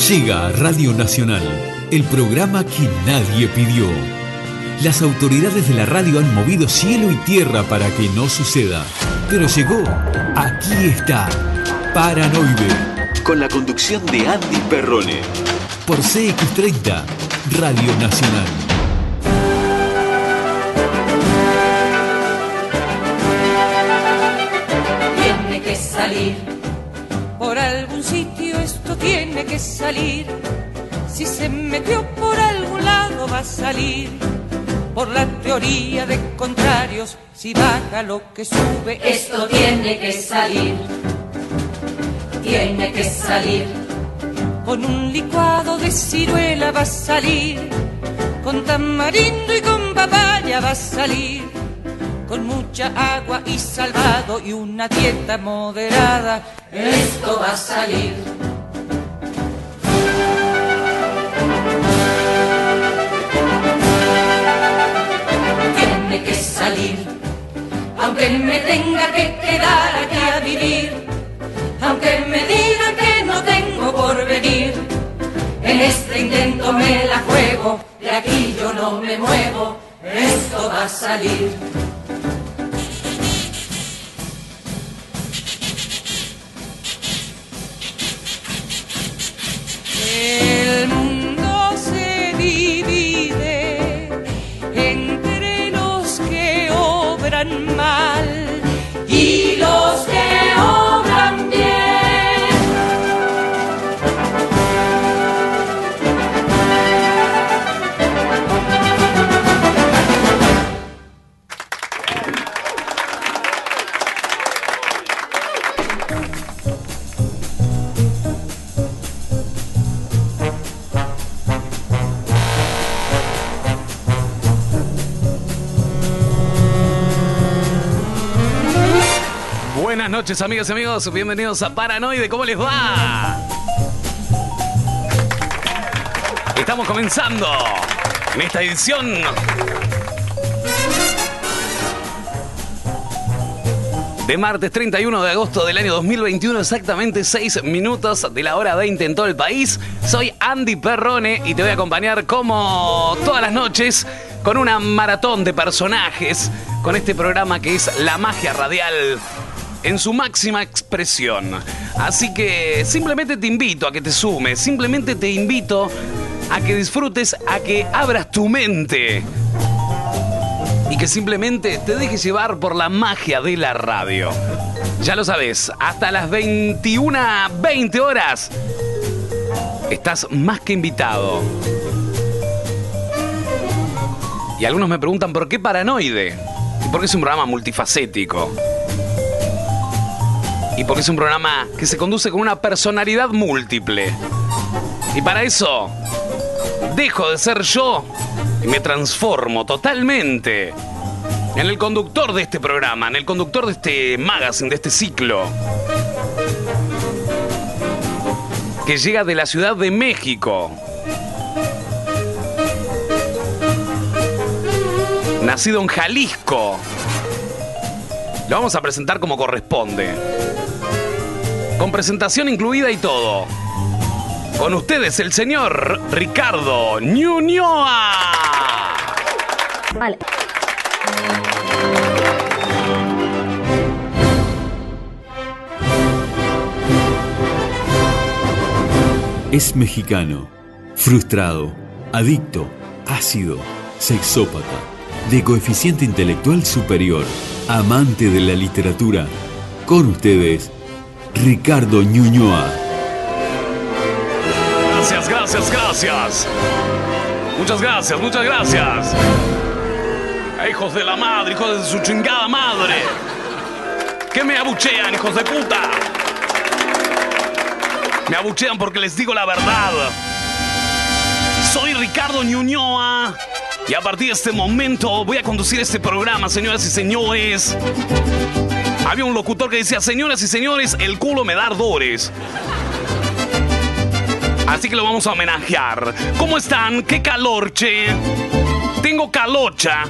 Llega a Radio Nacional, el programa que nadie pidió. Las autoridades de la radio han movido cielo y tierra para que no suceda. Pero llegó, aquí está, Paranoide. Con la conducción de Andy Perrone. Por CX30, Radio Nacional. Tiene que salir. Por algún sitio esto tiene que salir. Si se metió por algún lado va a salir. Por la teoría de contrarios, si baja lo que sube, esto tiene que salir. Tiene que salir. Con un licuado de ciruela va a salir. Con tamarindo y con papaya va a salir. Con mucha agua y salvado y una dieta moderada, esto va a salir. Tiene que salir, aunque me tenga que quedar aquí a vivir, aunque me digan que no tengo por venir. En este intento me la juego, de aquí yo no me muevo, esto va a salir. El mundo se divide entre los que obran mal y los que obran bien. Buenas noches, amigas y amigos, bienvenidos a Paranoide, ¿cómo les va? Estamos comenzando en esta edición de martes 31 de agosto del año 2021, exactamente 6 minutos de la hora 20 en todo el país. Soy Andy Perrone y te voy a acompañar como todas las noches con una maratón de personajes, con este programa que es la magia radial en su máxima expresión. Así que simplemente te invito a que te sumes, simplemente te invito a que disfrutes, a que abras tu mente y que simplemente te dejes llevar por la magia de la radio. Ya lo sabes, hasta las 21:20 horas estás más que invitado. Y algunos me preguntan ¿por qué Paranoide? Porque es un programa multifacético. Y porque es un programa que se conduce con una personalidad múltiple. Y para eso, dejo de ser yo y me transformo totalmente en el conductor de este programa, en el conductor de este magazine, de este ciclo, que llega de la Ciudad de México. Nacido en Jalisco. Lo vamos a presentar como corresponde, con presentación incluida y todo. Con ustedes el señor Ricardo Ñuñoa. Vale. Es mexicano, frustrado, adicto, ácido, sexópata, de coeficiente intelectual superior, amante de la literatura. Con ustedes, Ricardo Ñuñoa. Gracias, gracias, gracias. Muchas gracias, muchas gracias. Hijos de la madre, hijos de su chingada madre. ¿Qué me abuchean, hijos de puta? Me abuchean porque les digo la verdad. Soy Ricardo Ñuñoa y a partir de este momento voy a conducir este programa, señoras y señores. Había un locutor que decía, señoras y señores, el culo me da ardores. Así que lo vamos a homenajear. ¿Cómo están? ¡Qué calor, che! Tengo calocha.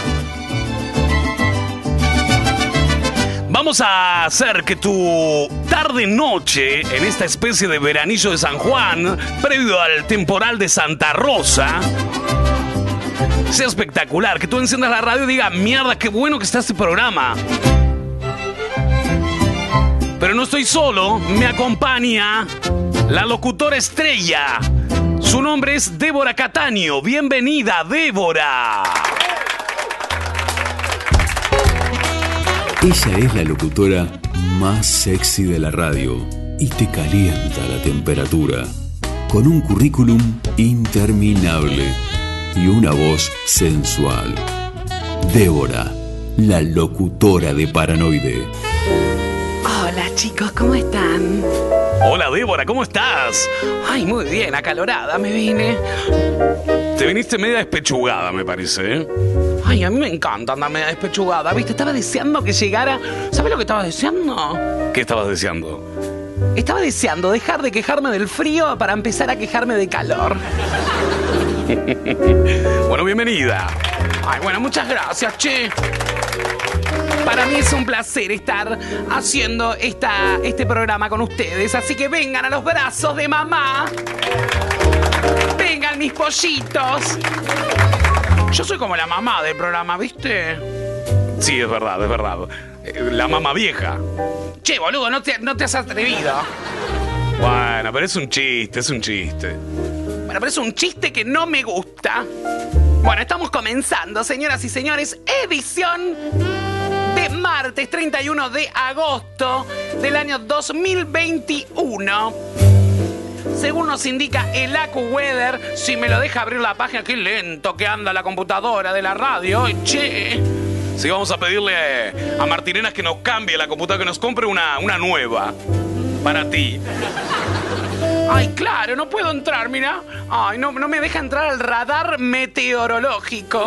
Vamos a hacer que tu tarde-noche en esta especie de veranillo de San Juan, previo al temporal de Santa Rosa, sea espectacular, que tú enciendas la radio y digas, mierda, qué bueno que está este programa. Pero no estoy solo, me acompaña la locutora estrella. Su nombre es Débora Cataño. Bienvenida, Débora. Ella es la locutora más sexy de la radio y te calienta la temperatura con un currículum interminable y una voz sensual. Débora, la locutora de Paranoide. Hola chicos, ¿cómo están? Hola, Débora, ¿cómo estás? Ay, muy bien, acalorada me vine. Te viniste media despechugada, me parece, ¿eh? Ay, a mí me encanta andar media despechugada, ¿viste? Estaba deseando que llegara... ¿Sabes lo que estaba deseando? ¿Qué estabas deseando? Estaba deseando dejar de quejarme del frío para empezar a quejarme de calor. Bueno, bienvenida. Ay, bueno, muchas gracias, che. Para mí es un placer estar haciendo este programa con ustedes. Así que vengan a los brazos de mamá. Vengan mis pollitos. Yo soy como la mamá del programa, ¿viste? Sí, es verdad. La mamá vieja. Che, boludo, no te has atrevido. Bueno, pero es un chiste. Bueno, pero es un chiste que no me gusta. Bueno, estamos comenzando, señoras y señores, edición de martes 31 de agosto del año 2021. Según nos indica el AccuWeather, si me lo deja abrir la página, qué lento que anda la computadora de la radio, che. Sí, vamos a pedirle a Martinenas que nos cambie la computadora, que nos compre una nueva para ti. Ay, claro, no puedo entrar, mira. Ay, no me deja entrar al radar meteorológico.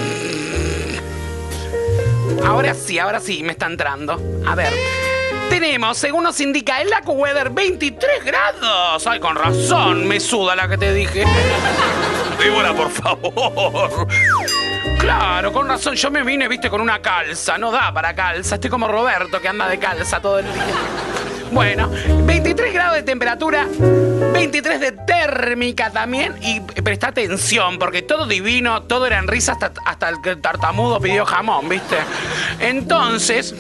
Ahora sí, me está entrando. A ver, tenemos, según nos indica el AccuWeather, 23 grados. Ay, con razón, me suda la que te dije. Débora, por favor. Claro, con razón, yo me vine, viste, con una calza. No da para calza, estoy como Roberto que anda de calza todo el día. Bueno, 23 grados de temperatura, 23 de térmica también. Y presta atención, porque todo divino, todo era en risa, hasta el que el tartamudo pidió jamón, ¿viste? Entonces,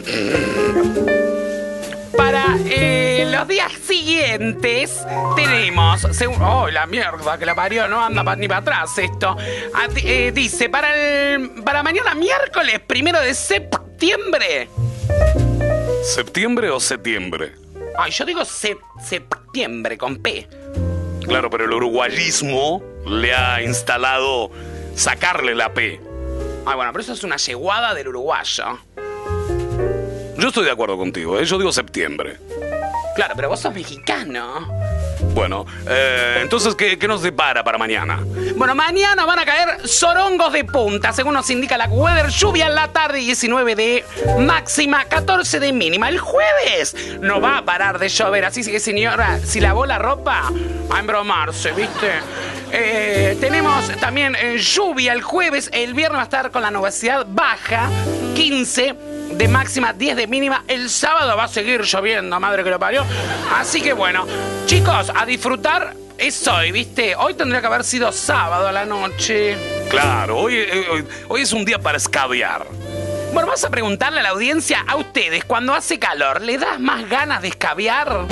para los días siguientes tenemos... ¡Oh, la mierda que la parió! No anda ni para atrás esto. Dice, para mañana miércoles 1 de septiembre. ¿Septiembre o septiembre? Ay, yo digo septiembre con P. Claro, pero el uruguayismo le ha instalado sacarle la P. Ay, bueno, pero eso es una yeguada del uruguayo. Yo estoy de acuerdo contigo, ¿eh? Yo digo septiembre. Claro, pero vos sos mexicano. Bueno, entonces, ¿qué nos depara para mañana? Bueno, mañana van a caer sorongos de punta, según nos indica la weather. Lluvia en la tarde, 19 de máxima, 14 de mínima. El jueves no va a parar de llover, así que, señora, si lavó la ropa, a embromarse, ¿viste? Tenemos también lluvia el jueves. El viernes va a estar con la nubosidad baja, 15 de máxima, 10 de mínima. El sábado va a seguir lloviendo, madre que lo parió. Así que bueno, chicos, a disfrutar es hoy, ¿viste? Hoy tendría que haber sido sábado a la noche. Claro, hoy es un día para escabiar. Bueno, vamos a preguntarle a la audiencia, a ustedes, cuando hace calor, ¿le das más ganas de escabiar?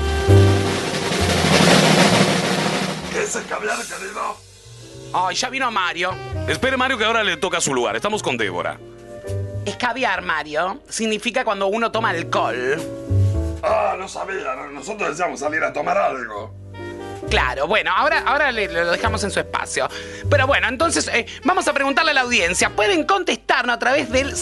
¿Qué es escabiar, querido? Ay, ya vino Mario. Espere, Mario, que ahora le toca su lugar. Estamos con Débora. Escabiar, Mario, significa cuando uno toma alcohol. Ah, no sabía. Nosotros deseamos salir a tomar algo. Claro, bueno, ahora lo dejamos en su espacio. Pero bueno, entonces vamos a preguntarle a la audiencia. Pueden contestarnos a través del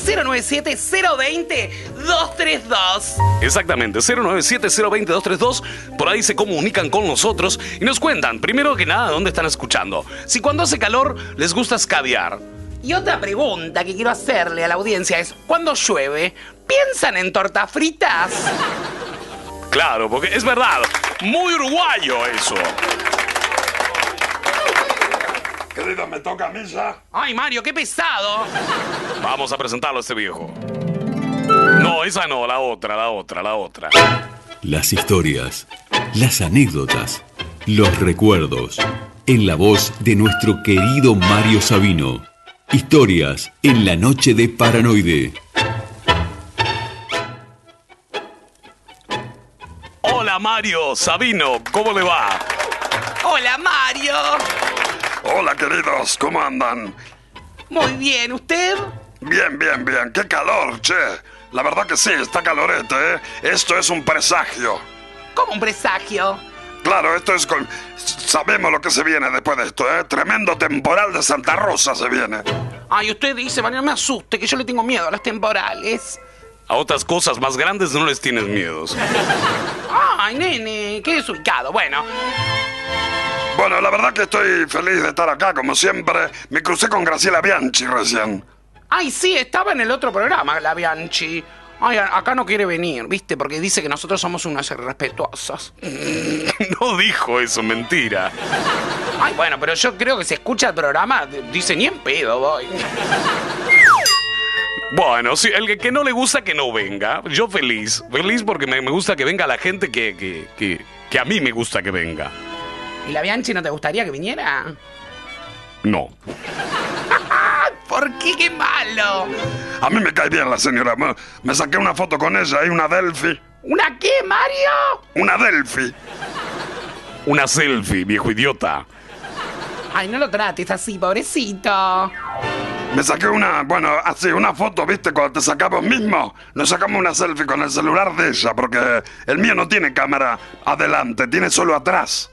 097-020-232. Exactamente, 097-020-232. Por ahí se comunican con nosotros y nos cuentan, primero que nada, dónde están escuchando. Si cuando hace calor les gusta escabiar. Y otra pregunta que quiero hacerle a la audiencia es, ¿cuándo llueve, piensan en tortas fritas? Claro, porque es verdad, muy uruguayo eso. Querido, ¿me toca a mí ya? Ay, Mario, qué pesado. Vamos a presentarlo a este viejo. No, esa no, la otra. Las historias, las anécdotas, los recuerdos, en la voz de nuestro querido Mario Sabino. Historias en la noche de Paranoide. Hola Mario Sabino, ¿cómo le va? Hola, Mario. Hola, queridos, ¿cómo andan? Muy bien, ¿usted? Bien, bien, bien. ¡Qué calor, che! La verdad que sí, está calorete, ¿eh? Esto es un presagio. ¿Cómo un presagio? Claro, esto es con... Sabemos lo que se viene después de esto, ¿eh? Tremendo temporal de Santa Rosa se viene. Ay, usted dice, Mario, no me asuste, que yo le tengo miedo a los temporales. A otras cosas más grandes no les tienes miedos. Ay, nene, qué desubicado. Bueno, Bueno, la verdad que estoy feliz de estar acá, como siempre. Me crucé con Graciela Bianchi recién. ay, sí, estaba en el otro programa, la Bianchi. Ay, acá no quiere venir, ¿viste? Porque dice que nosotros somos unos irrespetuosos. No dijo eso, mentira. Ay, bueno, pero yo creo que si escucha el programa, dice ni en pedo voy. Bueno, sí, el que no le gusta que no venga. Yo feliz. Feliz porque me gusta que venga la gente que a mí me gusta que venga. ¿Y la Bianchi no te gustaría que viniera? No. ¿Por qué? ¡Qué malo! A mí me cae bien la señora. Me saqué una foto con ella y una Delphi. ¿Una qué, Mario? Una Delphi. Una selfie, viejo idiota. Ay, no lo trates así, pobrecito. Me saqué una foto, ¿viste? Cuando te sacamos mismo. Nos sacamos una selfie con el celular de ella, porque el mío no tiene cámara adelante, tiene solo atrás.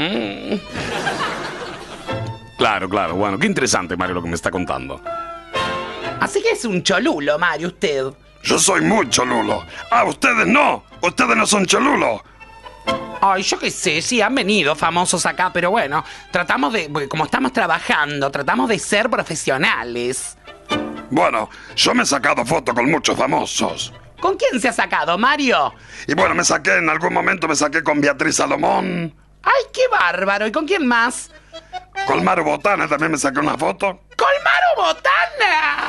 Claro, bueno, qué interesante, Mario, lo que me está contando. Así que es un cholulo, Mario, usted. Yo soy muy cholulo. Ah, ustedes no. Ustedes no son cholulos. Ay, yo qué sé, sí, han venido famosos acá, pero bueno, tratamos de, como estamos trabajando, tratamos de ser profesionales. Bueno, yo me he sacado fotos con muchos famosos. ¿Con quién se ha sacado, Mario? Y bueno, en algún momento me saqué con Beatriz Salomón. ¡Ay, qué bárbaro! ¿Y con quién más? Con Maru Botana también me saqué una foto. ¡Con Maru Botana!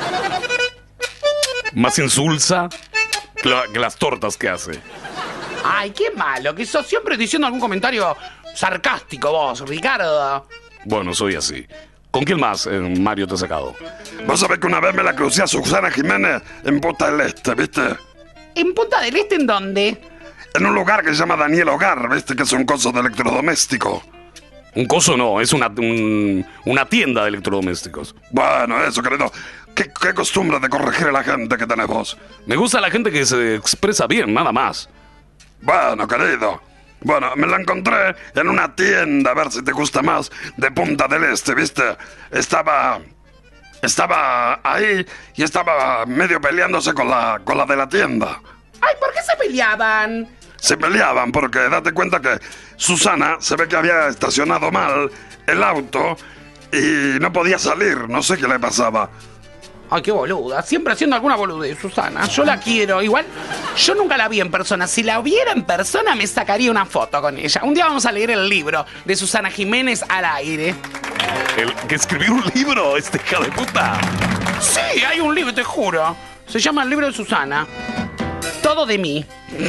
Más insulsa que las tortas que hace. Ay, qué malo, que sos siempre diciendo algún comentario sarcástico vos, Ricardo. Bueno, soy así. ¿Con quién más, Mario, te ha sacado? Vos sabés que una vez me la crucé a Susana Jiménez en Punta del Este, ¿viste? ¿En Punta del Este en dónde? En un lugar que se llama Daniel Hogar, ¿viste? Que es un coso de electrodoméstico. Un coso no, es una tienda de electrodomésticos. Bueno, eso, querido. ¿Qué costumbre de corregir a la gente que tenés vos? Me gusta la gente que se expresa bien, nada más. Bueno, querido. Bueno, me la encontré en una tienda, a ver si te gusta más, de Punta del Este, ¿viste? Estaba ahí y estaba medio peleándose con la de la tienda. Ay, ¿por qué se peleaban? Se peleaban porque date cuenta que Susana se ve que había estacionado mal el auto y no podía salir, no sé qué le pasaba. Ay, qué boluda, siempre haciendo alguna boludez, Susana. Yo la quiero, igual yo nunca la vi en persona. Si la viera en persona me sacaría una foto con ella. Un día vamos a leer el libro de Susana Jiménez al aire. ¿El que escribió un libro, este hija de puta? Sí, hay un libro, te juro. Se llama El libro de Susana. Todo de mí.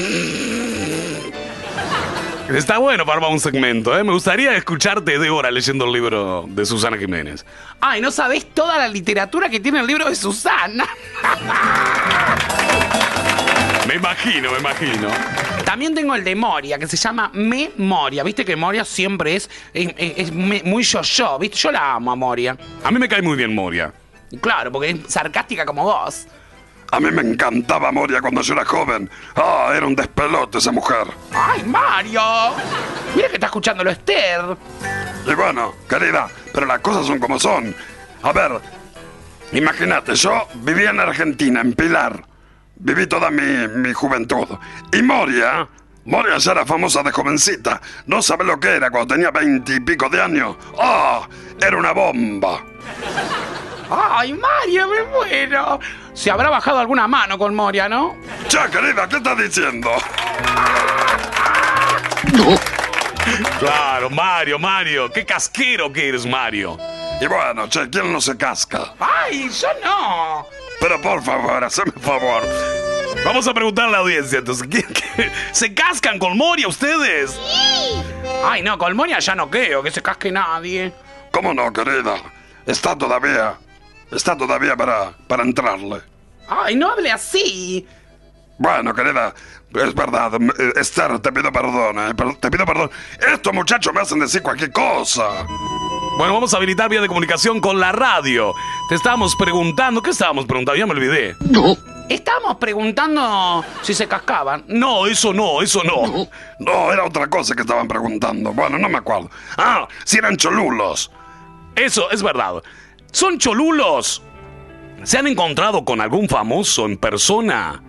Está bueno para un segmento, ¿eh? Me gustaría escucharte de hora leyendo el libro de Susana Jiménez. Ay, no sabés toda la literatura que tiene el libro de Susana. Me imagino. También tengo el de Moria, que se llama Memoria. Viste que Moria siempre es muy yo, ¿viste? Yo la amo a Moria. A mí me cae muy bien Moria. Claro, porque es sarcástica como vos. A mí me encantaba Moria cuando yo era joven. Ah, era un despelote esa mujer. ¡Ay, Mario! Mira que está escuchándolo Esther. Y bueno, querida, pero las cosas son como son. A ver, imagínate, yo vivía en Argentina, en Pilar. Viví toda mi juventud. Y Moria ya era famosa de jovencita. No sabe lo que era cuando tenía 20 y pico de años. ¡Ah! Era una bomba. ¡Ay, Mario, me muero! Se habrá bajado alguna mano con Moria, ¿no? Che, querida, ¿qué estás diciendo? Claro, Mario, qué casquero que eres, Mario. Y bueno, che, ¿quién no se casca? ¡Ay, yo no! Pero por favor, haceme favor. Vamos a preguntarle a la audiencia, entonces. ¿Se cascan con Moria ustedes? Sí. Ay, no, con Moria ya no creo que se casque nadie. ¿Cómo no, querida? Está todavía para entrarle. Ay, no hable así. Bueno, querida, es verdad. Esther, te pido perdón, te pido perdón. Estos muchachos me hacen decir cualquier cosa. Bueno, vamos a habilitar vía de comunicación con la radio. Te estábamos preguntando. ¿Qué estábamos preguntando? Ya me olvidé. No. Estábamos preguntando si se cascaban. No, eso no. No, era otra cosa que estaban preguntando. Bueno, no me acuerdo. Ah, si eran cholulos. Eso, es verdad. ¿Son cholulos? ¿Se han encontrado con algún famoso en persona?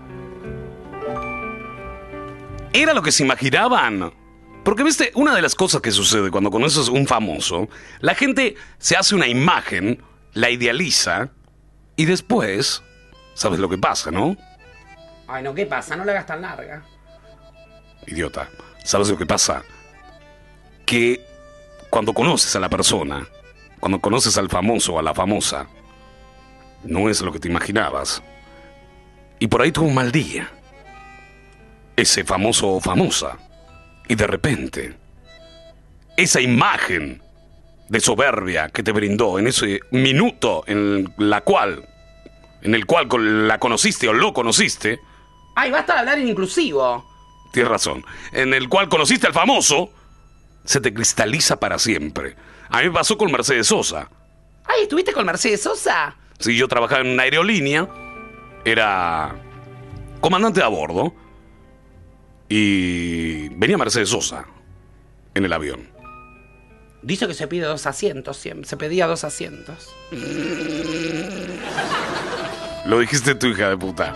¿Era lo que se imaginaban? Porque, viste, una de las cosas que sucede cuando conoces un famoso, la gente se hace una imagen, la idealiza, y después, ¿sabes lo que pasa, no? Ay, no, ¿qué pasa? No la hagas tan larga. Idiota, ¿sabes lo que pasa? Que cuando conoces a la persona, cuando conoces al famoso o a la famosa, no es lo que te imaginabas. Y por ahí tuvo un mal día. Ese famoso o famosa. Y de repente, esa imagen de soberbia que te brindó en ese minuto en el cual la conociste o lo conociste. Ay, basta de hablar en inclusivo. Tienes razón. En el cual conociste al famoso, se te cristaliza para siempre. A mí me pasó con Mercedes Sosa. Ay, ¿estuviste con Mercedes Sosa? Sí, yo trabajaba en una aerolínea. Era comandante a bordo. Y venía Mercedes Sosa en el avión. Dice que se pide 2 asientos siempre. Se pedía 2 asientos. Lo dijiste tú, hija de puta.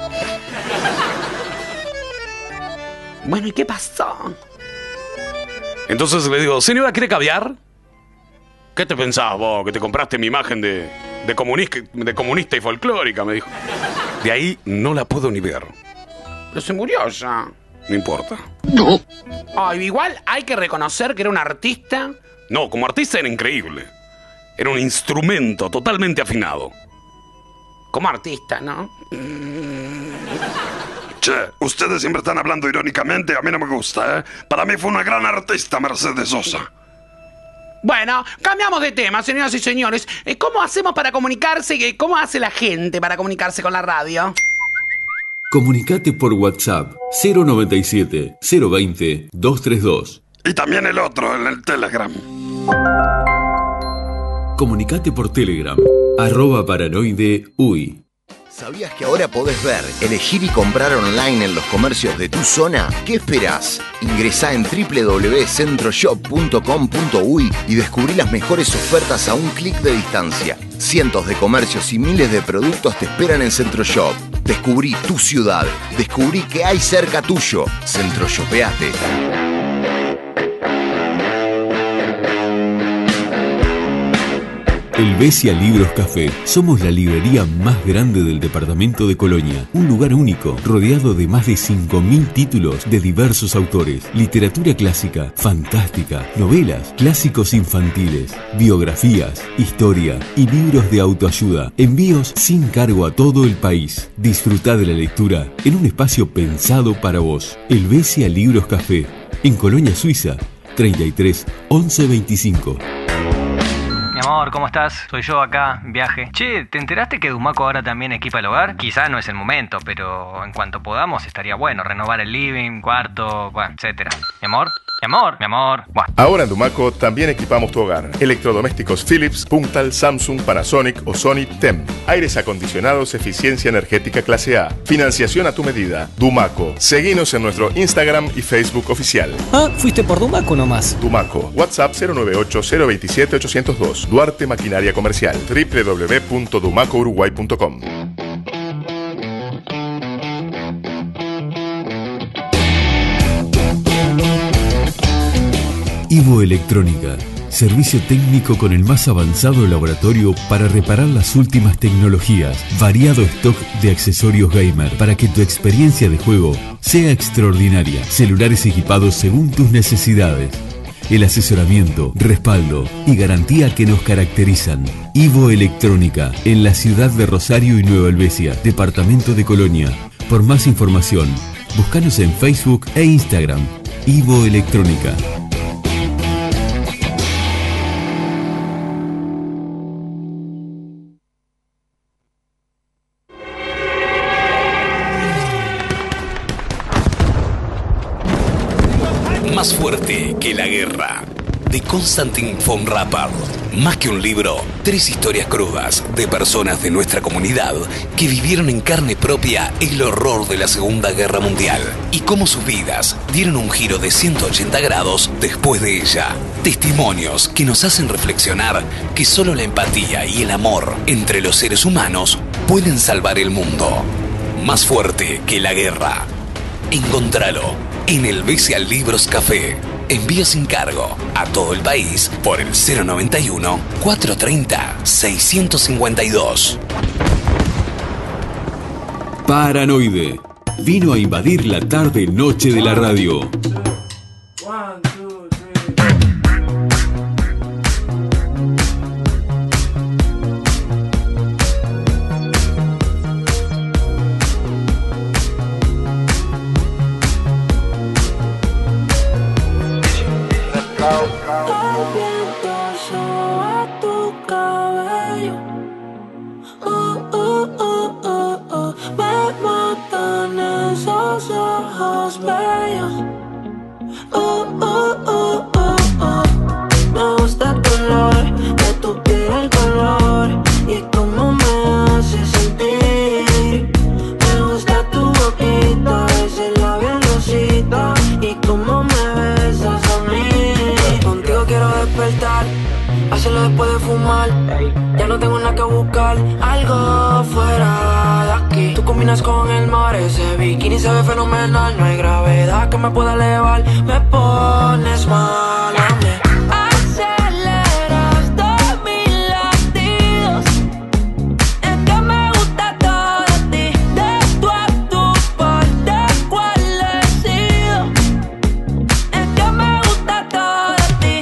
Bueno, ¿y qué pasó? Entonces le digo, señora, ¿quiere caviar? ¿Qué te pensabas vos? Que te compraste mi imagen de comunista y folclórica, me dijo. De ahí no la puedo ni ver. Pero se murió ya. No importa. No. Ay, igual hay que reconocer que era un artista. No, como artista era increíble. Era un instrumento totalmente afinado. Como artista, ¿no? Che, ustedes siempre están hablando irónicamente, a mí no me gusta, ¿eh? Para mí fue una gran artista Mercedes Sosa. Bueno, cambiamos de tema, señoras y señores. ¿Cómo hacemos para comunicarse? ¿Cómo hace la gente para comunicarse con la radio? Comunicate por WhatsApp 097 020 232. Y también el otro, en el Telegram. Comunicate por Telegram @paranoide_uy. ¿Sabías que ahora podés ver, elegir y comprar online en los comercios de tu zona? ¿Qué esperás? Ingresá en www.centroshop.com.uy y descubrí las mejores ofertas a un clic de distancia. Cientos de comercios y miles de productos te esperan en Centroshop. Descubrí tu ciudad. Descubrí qué hay cerca tuyo. Centroshopeate. Helvecia Libros Café. Somos la librería más grande del departamento de Colonia. Un lugar único, rodeado de más de 5.000 títulos de diversos autores. Literatura clásica, fantástica, novelas, clásicos infantiles, biografías, historia y libros de autoayuda. Envíos sin cargo a todo el país. Disfrutá de la lectura en un espacio pensado para vos. Helvecia Libros Café. En Colonia, Suiza. 33 11 25. Mi amor, ¿cómo estás? Soy yo acá, en viaje. Che, ¿te enteraste que Dumaco ahora también equipa el hogar? Quizá no es el momento, pero en cuanto podamos estaría bueno renovar el living, cuarto, bueno, etcétera. Mi amor, bueno. Ahora en Dumaco también equipamos tu hogar. Electrodomésticos Philips, Puntal, Samsung, Panasonic o Sony TEM. Aires acondicionados, eficiencia energética clase A. Financiación a tu medida. Dumaco. Seguinos en nuestro Instagram y Facebook oficial. Ah, fuiste por Dumaco nomás. Dumaco. WhatsApp 098-027-802. Duarte Maquinaria Comercial. www.dumacouruguay.com. Ivo Electrónica, servicio técnico con el más avanzado laboratorio para reparar las últimas tecnologías, variado stock de accesorios gamer para que tu experiencia de juego sea extraordinaria, celulares equipados según tus necesidades, el asesoramiento, respaldo y garantía que nos caracterizan. Ivo Electrónica, en la ciudad de Rosario y Nueva Helvecia, departamento de Colonia. Por más información, búscanos en Facebook e Instagram. Ivo Electrónica. Más fuerte que la guerra, de Konstantin von Rappard. Más que un libro, 3 historias crudas de personas de nuestra comunidad que vivieron en carne propia el horror de la Segunda Guerra Mundial y cómo sus vidas dieron un giro de 180 grados después de ella. Testimonios que nos hacen reflexionar que solo la empatía y el amor entre los seres humanos pueden salvar el mundo. Más fuerte que la guerra. Encontralo en el Bestial Libros Café. Envío sin cargo a todo el país por el 091-430-652. Paranoide. Vino a invadir la tarde-noche de la radio. Hacerlo después de fumar. Ya no tengo nada que buscar. Algo fuera de aquí. Tú combinas con el mar. Ese bikini se ve fenomenal. No hay gravedad que me pueda elevar. Me pones mal a mí. Aceleras todos mis latidos. Es que me gusta todo de ti. De tú a tu parte cuál he sido. Es que me gusta todo de ti.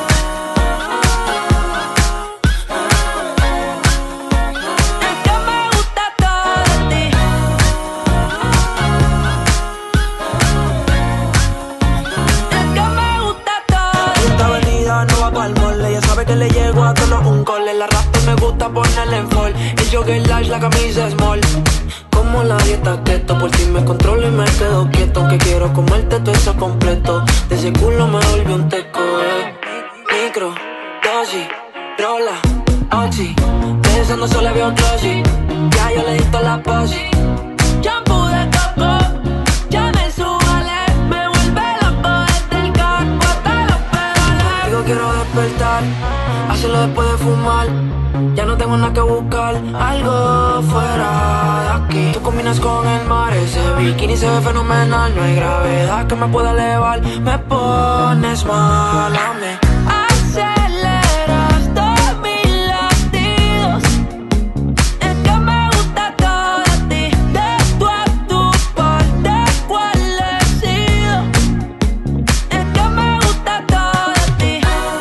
Que le llego a todos un gol. El arrastre me gusta ponerle en fall. El jogger large, la camisa small. Como la dieta keto. Por ti me controlo y me quedo quieto. Que quiero comerte todo eso completo. De ese culo me volvió un teco, Micro, dosis, rola, oxi. Pensando solo había un glossy. Ya yo le di toda la posi. Shampoo de coco, ya me subale. Me vuelve loco desde el carro hasta los pedales. Digo quiero despertar. Hacerlo después de fumar. Ya no tengo nada que buscar. Algo fuera de aquí. Tú combinas con el mar. Ese bikini se ve fenomenal. No hay gravedad que me pueda elevar. Me pones mal a mí. Aceleras todos mis latidos. Es que me gusta todo de ti. De tú a tu parte cuál he sido. Es que me gusta todo de ti.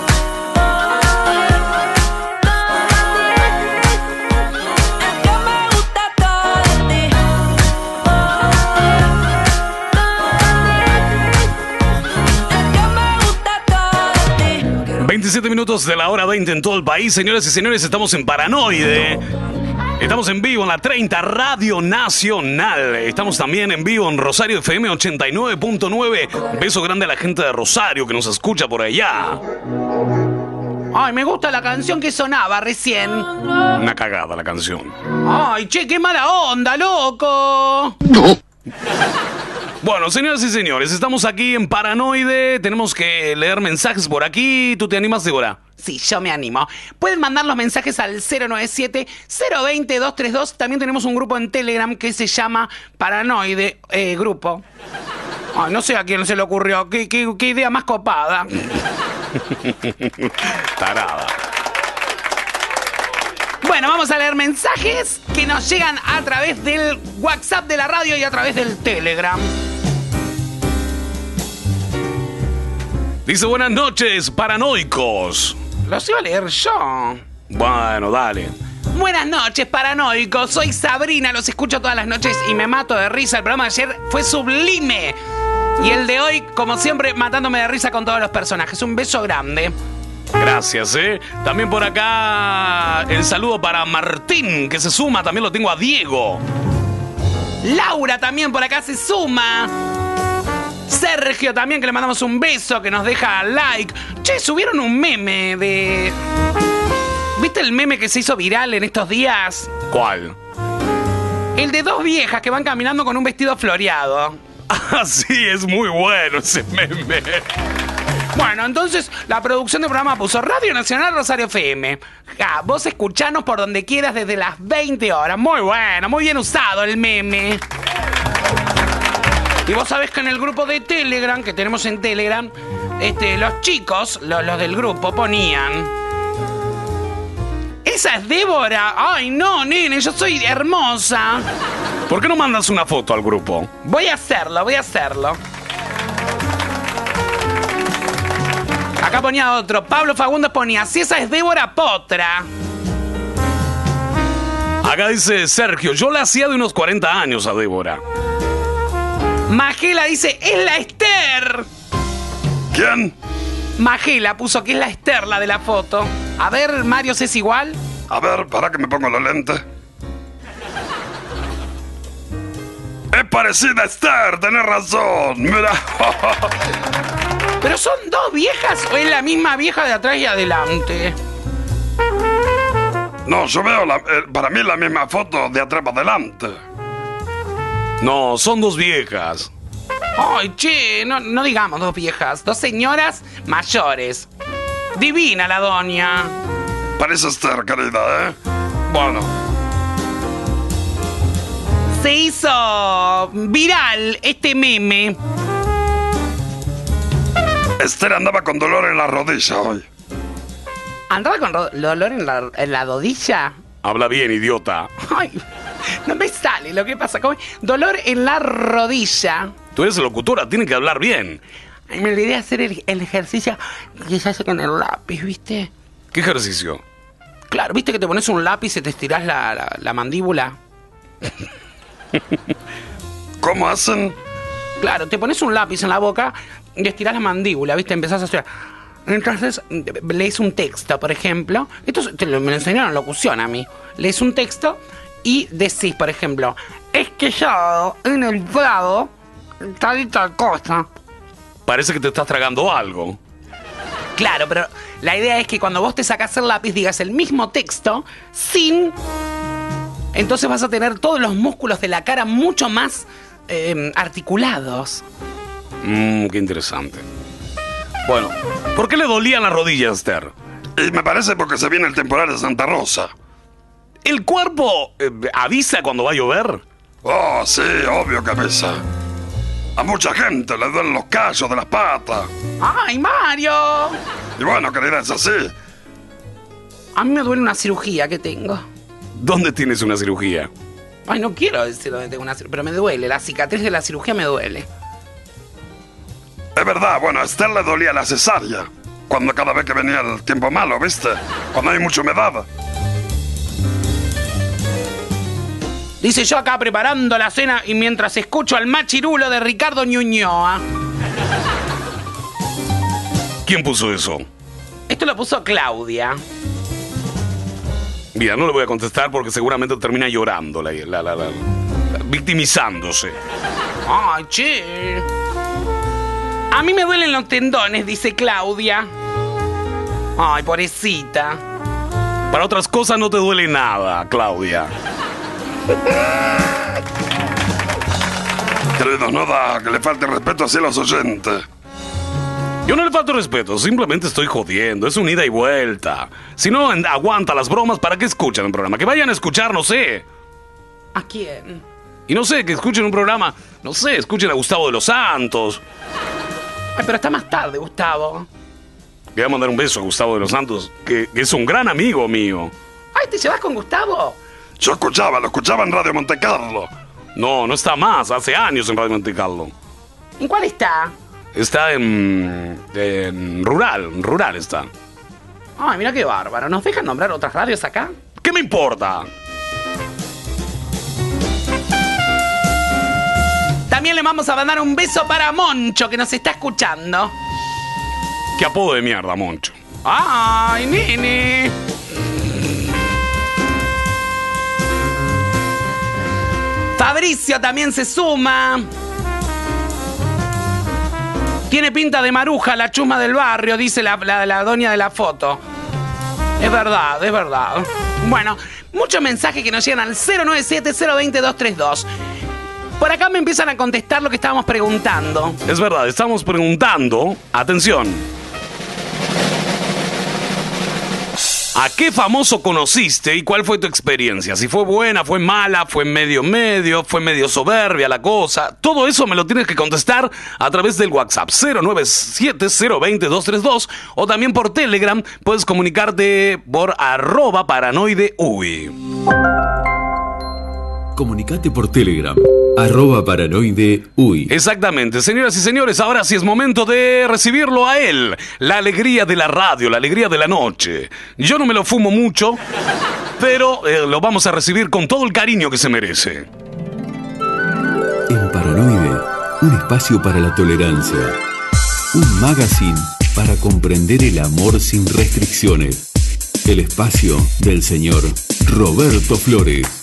27 minutos de la hora 20 en todo el país. Señoras y señores, estamos en Paranoide. Estamos en vivo en la 30 Radio Nacional. Estamos también en vivo en Rosario FM 89.9. Beso grande a la gente de Rosario que nos escucha por allá. Ay, me gusta la canción que sonaba recién. Una cagada la canción. Ay, che, qué mala onda, loco. Bueno, señoras y señores, estamos aquí en Paranoide. Tenemos que leer mensajes por aquí. ¿Tú te animas, Débora? Sí, yo me animo. Pueden mandar los mensajes al 097-020-232. También tenemos un grupo en Telegram que se llama Paranoide Grupo. Ay, no sé a quién se le ocurrió. Qué idea más copada. Tarada. Bueno, vamos a leer mensajes que nos llegan a través del WhatsApp de la radio y a través del Telegram. Dice, buenas noches, paranoicos. Los iba a leer yo. Bueno, dale. Buenas noches, paranoicos. Soy Sabrina, los escucho todas las noches y me mato de risa. El programa de ayer fue sublime. Y el de hoy, como siempre, matándome de risa con todos los personajes. Un beso grande. Gracias, También por acá el saludo para Martín, que se suma. También lo tengo a Diego. Laura también por acá se suma. Sergio también, que le mandamos un beso, que nos deja like. Che, subieron un meme de... ¿Viste el meme que se hizo viral en estos días? ¿Cuál? El de dos viejas que van caminando con un vestido floreado. Ah, sí, es muy bueno ese meme. Bueno, entonces la producción del programa puso Radio Nacional Rosario FM. Vos escuchanos por donde quieras desde las 20 horas. Muy bueno, muy bien usado el meme. Y vos sabés que en el grupo de Telegram, que tenemos en Telegram, los chicos, los del grupo, ponían... ¡Esa es Débora! ¡Ay, no, nene! Yo soy hermosa. ¿Por qué no mandas una foto al grupo? Voy a hacerlo. Acá ponía otro. Pablo Fagundes ponía, si esa es Débora, potra. Acá dice Sergio, yo la hacía de unos 40 años a Débora. Magela dice, es la Esther. ¿Quién? Magela puso que es la Esther, la de la foto. A ver, Mario, ¿es igual? A ver, para que me pongo los lentes. Es parecida a Esther, tenés razón. Mira. ¿Pero son dos viejas o es la misma vieja de atrás y adelante? No, yo veo, para mí la misma foto de atrás para adelante. No, son dos viejas. Ay, che, no digamos dos viejas. Dos señoras mayores. Divina la doña. Parece Esther, querida, Bueno. Se hizo viral este meme. Esther andaba con dolor en la rodilla hoy. ¿Andaba con dolor en la rodilla? Habla bien, idiota. Ay, no me sale lo que pasa. Dolor en la rodilla. Tú eres locutora, tienes que hablar bien. Ay, me olvidé hacer el ejercicio que se hace con el lápiz, ¿viste? ¿Qué ejercicio? Claro, ¿viste que te pones un lápiz y te estirás la mandíbula? ¿Cómo hacen? Claro, te pones un lápiz en la boca y estirás la mandíbula, ¿viste? Empezás a estirar. Entonces, lees un texto, por ejemplo. Esto me lo enseñaron en locución a mí. Lees un texto y decís, por ejemplo, es que yo en el Prado tal y tal cosa. Parece que te estás tragando algo. Claro, pero la idea es que cuando vos te sacás el lápiz digas el mismo texto sin... Entonces vas a tener todos los músculos de la cara mucho más articulados. Qué interesante. Bueno, ¿por qué le dolían las rodillas, Esther? Y me parece porque se viene el temporal de Santa Rosa. ¿El cuerpo avisa cuando va a llover? Oh, sí, obvio que avisa. A mucha gente le duelen los callos de las patas. ¡Ay, Mario! Y bueno, querida, es así. A mí me duele una cirugía que tengo. ¿Dónde tienes una cirugía? Ay, no quiero decir dónde tengo una cirugía, pero me duele. La cicatriz de la cirugía me duele. Es verdad, bueno, a Esther le dolía la cesárea. Cada vez que venía el tiempo malo, ¿viste? Cuando hay mucha humedad. Dice yo acá preparando la cena y mientras escucho al machirulo de Ricardo Ñuñoa. ¿Quién puso eso? Esto lo puso Claudia. Mira, no le voy a contestar porque seguramente termina llorando, victimizándose. Ay, che. A mí me duelen los tendones, dice Claudia. Ay, pobrecita. Para otras cosas no te duele nada, Claudia. Querido, no da que le falte respeto hacia los oyentes. Yo no le falto respeto, simplemente estoy jodiendo. Es un ida y vuelta. Si no aguanta las bromas, ¿para qué escuchan el programa? Que vayan a escuchar, no sé. ¿A quién? Y no sé, que escuchen un programa, no sé, escuchen a Gustavo de los Santos. Ay, pero está más tarde, Gustavo. Le voy a mandar un beso a Gustavo de los Santos, que es un gran amigo mío. Ay, ¿te llevas con Gustavo? Yo lo escuchaba en Radio Monte Carlo. No está más, hace años en Radio Monte Carlo. ¿En cuál está? Está en Rural está. Ay, mira qué bárbaro. ¿Nos dejan nombrar otras radios acá? ¿Qué ¿Qué me importa? También le vamos a mandar un beso para Moncho, que nos está escuchando. Qué apodo de mierda, Moncho. ¡Ay, nene! Fabricio también se suma. Tiene pinta de maruja, la chusma del barrio, dice la doña de la foto. Es verdad, es verdad. Bueno, muchos mensajes que nos llegan al 097-020-232. Por acá me empiezan a contestar lo que estábamos preguntando. Es verdad, estamos preguntando, atención, ¿a qué famoso conociste y cuál fue tu experiencia? Si fue buena, fue mala, fue medio, fue medio soberbia la cosa. Todo eso me lo tienes que contestar a través del WhatsApp 097-020-232 o también por Telegram. Puedes comunicarte por @paranoideuy. Comunicate por Telegram, @paranoideuy. Exactamente, señoras y señores, ahora sí es momento de recibirlo a él. La alegría de la radio, la alegría de la noche. Yo no me lo fumo mucho, pero lo vamos a recibir con todo el cariño que se merece. En Paranoide, un espacio para la tolerancia. Un magazine para comprender el amor sin restricciones. El espacio del señor Roberto Flores.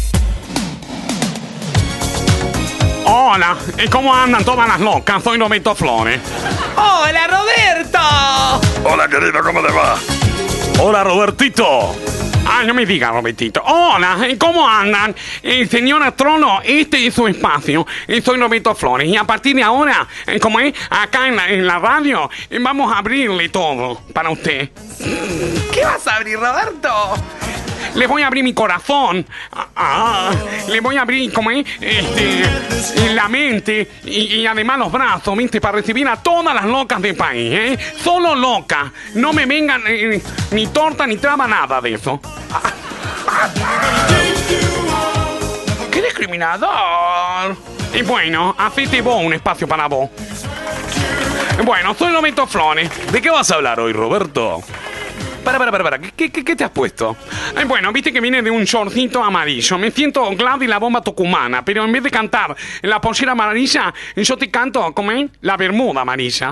Hola, ¿y cómo andan todas las locas? Soy Roberto Flores. ¡Hola, Roberto! Hola, querido, ¿cómo te va? Hola, Robertito. Ay, no me diga, Robertito. Hola, ¿y cómo andan? Señora Trono, este es su espacio. Soy Roberto Flores. Y a partir de ahora, como es, acá en la radio, vamos a abrirle todo para usted. ¿Qué vas a abrir, Roberto? Le voy a abrir mi corazón. Le voy a abrir, como es, la mente y además los brazos, ¿viste? Para recibir a todas las locas del país, ¿eh? Solo locas. No me vengan ni torta ni traba, nada de eso. ¡Qué discriminador! Y bueno, hacete vos un espacio para vos. Bueno, soy Roberto Flores. ¿De qué vas a hablar hoy, Roberto? Para. ¿Qué te has puesto? Bueno, viste que viene de un shortcito amarillo. Me siento Gladys la bomba tucumana, pero en vez de cantar la pollera amarilla, yo te canto, ¿cómo es? La bermuda amarilla.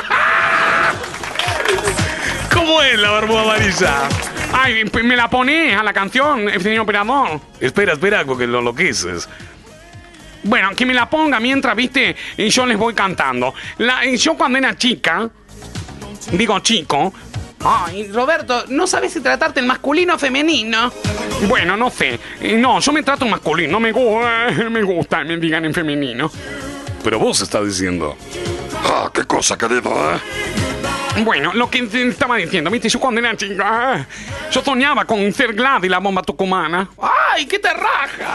¿Cómo es la bermuda amarilla? Ay, me la pones a la canción, señor operador. Espera, porque lo enloqueces. Bueno, que me la ponga mientras, viste, y yo les voy cantando. Yo cuando era chica, digo chico. Ay, Roberto, ¿no sabes si tratarte en masculino o femenino? Bueno, no sé. No, yo me trato en masculino. Me gusta, me digan en femenino. Pero vos estás diciendo. Ah, qué cosa, querido, ¿eh? Bueno, lo que te estaba diciendo, viste, yo cuando era chica, yo soñaba con ser Gladys la bomba tucumana. ¡Ay, qué te raja!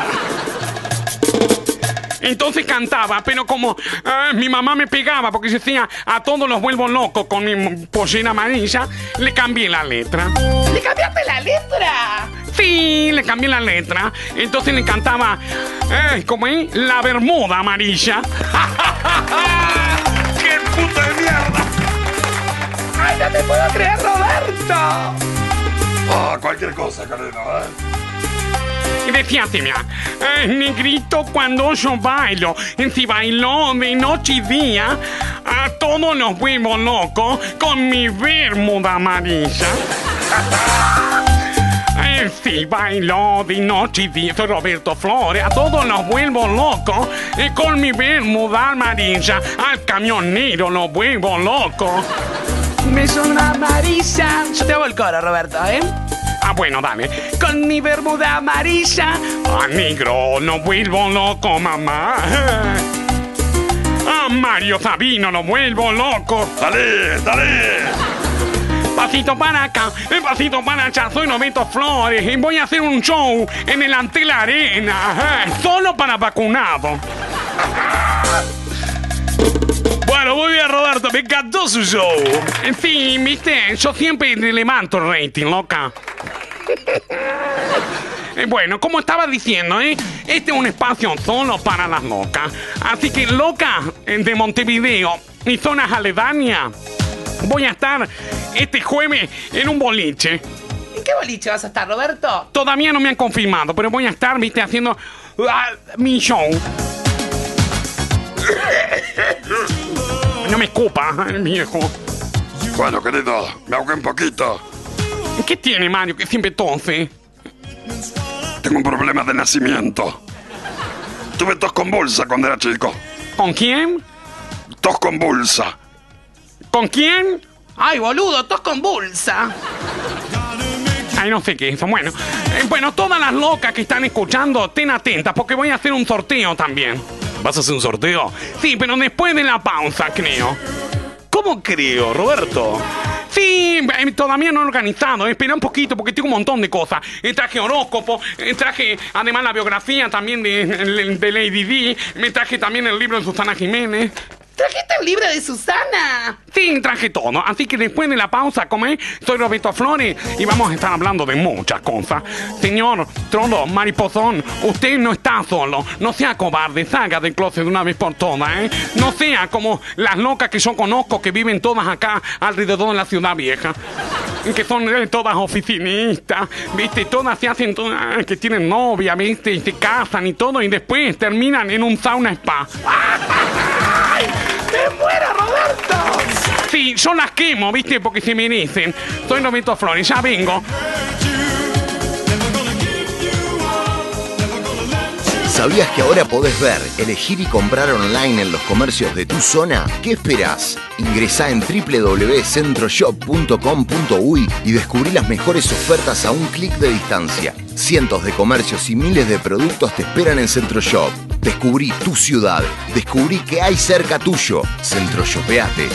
Entonces cantaba, pero como mi mamá me pegaba porque decía a todos los vuelvo locos con mi pollera amarilla, le cambié la letra. ¿Le cambiaste la letra? Sí, le cambié la letra. Entonces le cantaba, ¿cómo es? La bermuda amarilla. ¡Qué puta de mierda! ¡Ay, no te puedo creer, Roberto! Ah, cualquier cosa, querido, ¿eh? Y decía así, mira, negrito, cuando yo bailo, si bailo de noche y día, a todos los vuelvo locos con mi bermuda amarilla. Si bailo de noche y día, soy Roberto Flores, a todos los vuelvo locos con mi bermuda amarilla, al camionero lo vuelvo loco. Me son amarilla. Yo te hago el coro, Roberto, ¿eh? Ah, bueno, dale. Con mi bermuda amarilla. A negro no vuelvo loco, mamá. A Mario Sabino lo vuelvo loco. ¡Dale! Pasito para acá, pasito para allá. Soy Roberto Flores y voy a hacer un show en el Antel Arena. Solo para vacunados. Bueno, muy bien, Roberto, me encantó su show. Sí, viste, yo siempre le levanto el rating, loca. Bueno, como estaba diciendo, este es un espacio solo para las locas. Así que, locas de Montevideo y zonas aledañas, voy a estar este jueves en un boliche. qué boliche vas a estar, Roberto? Todavía no me han confirmado, pero voy a estar, viste, haciendo mi show. No me escupa, el viejo. Bueno, querido, me ahogué un poquito. ¿Qué tiene, Mario, que siempre tose? Tengo un problema de nacimiento. Tuve tos convulsa cuando era chico. ¿Con quién? Tos convulsa. ¿Con quién? Ay, boludo, tos convulsa. Ay, no sé qué es eso. Bueno, todas las locas que están escuchando, ten atentas, porque voy a hacer un sorteo también. ¿Vas a hacer un sorteo? Sí, pero después de la pausa, creo. ¿Cómo creo, Roberto? Sí, todavía no he organizado. Espera un poquito porque tengo un montón de cosas. Traje horóscopo, traje además la biografía también de Lady Di. Me traje también el libro de Susana Jiménez. ¿Trajiste el libro de Susana? Sí, traje todo. Así que después de la pausa, soy Roberto Flores y vamos a estar hablando de muchas cosas. Señor Trondo, mariposón, usted no está solo. No sea cobarde, salga del closet de una vez por todas, ¿eh? No sea como las locas que yo conozco que viven todas acá alrededor de la ciudad vieja. Que son todas oficinistas, ¿viste? Todas se hacen, que tienen novia, ¿viste? Y se casan y todo y después terminan en un sauna spa. ¡Ay! ¡Me muero, Roberto! Sí, yo las quemo, ¿viste? Porque se merecen. Soy Roberto Flores, ya vengo. ¿Sabías que ahora podés ver, elegir y comprar online en los comercios de tu zona? ¿Qué esperás? Ingresá en www.centroshop.com.uy y descubrí las mejores ofertas a un clic de distancia. Cientos de comercios y miles de productos te esperan en Centroshop. Descubrí tu ciudad. Descubrí qué hay cerca tuyo. Centroshopeate.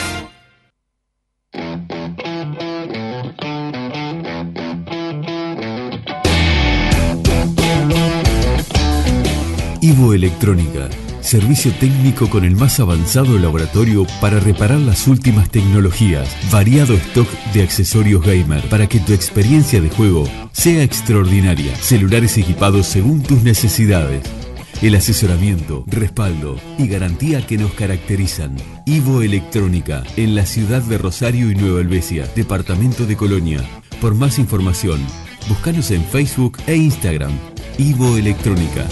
Ivo Electrónica, servicio técnico con el más avanzado laboratorio para reparar las últimas tecnologías, variado stock de accesorios gamer para que tu experiencia de juego sea extraordinaria, celulares equipados según tus necesidades, el asesoramiento, respaldo y garantía que nos caracterizan. Ivo Electrónica, en la ciudad de Rosario y Nueva Helvecia, departamento de Colonia. Por más información, búscanos en Facebook e Instagram. Ivo Electrónica.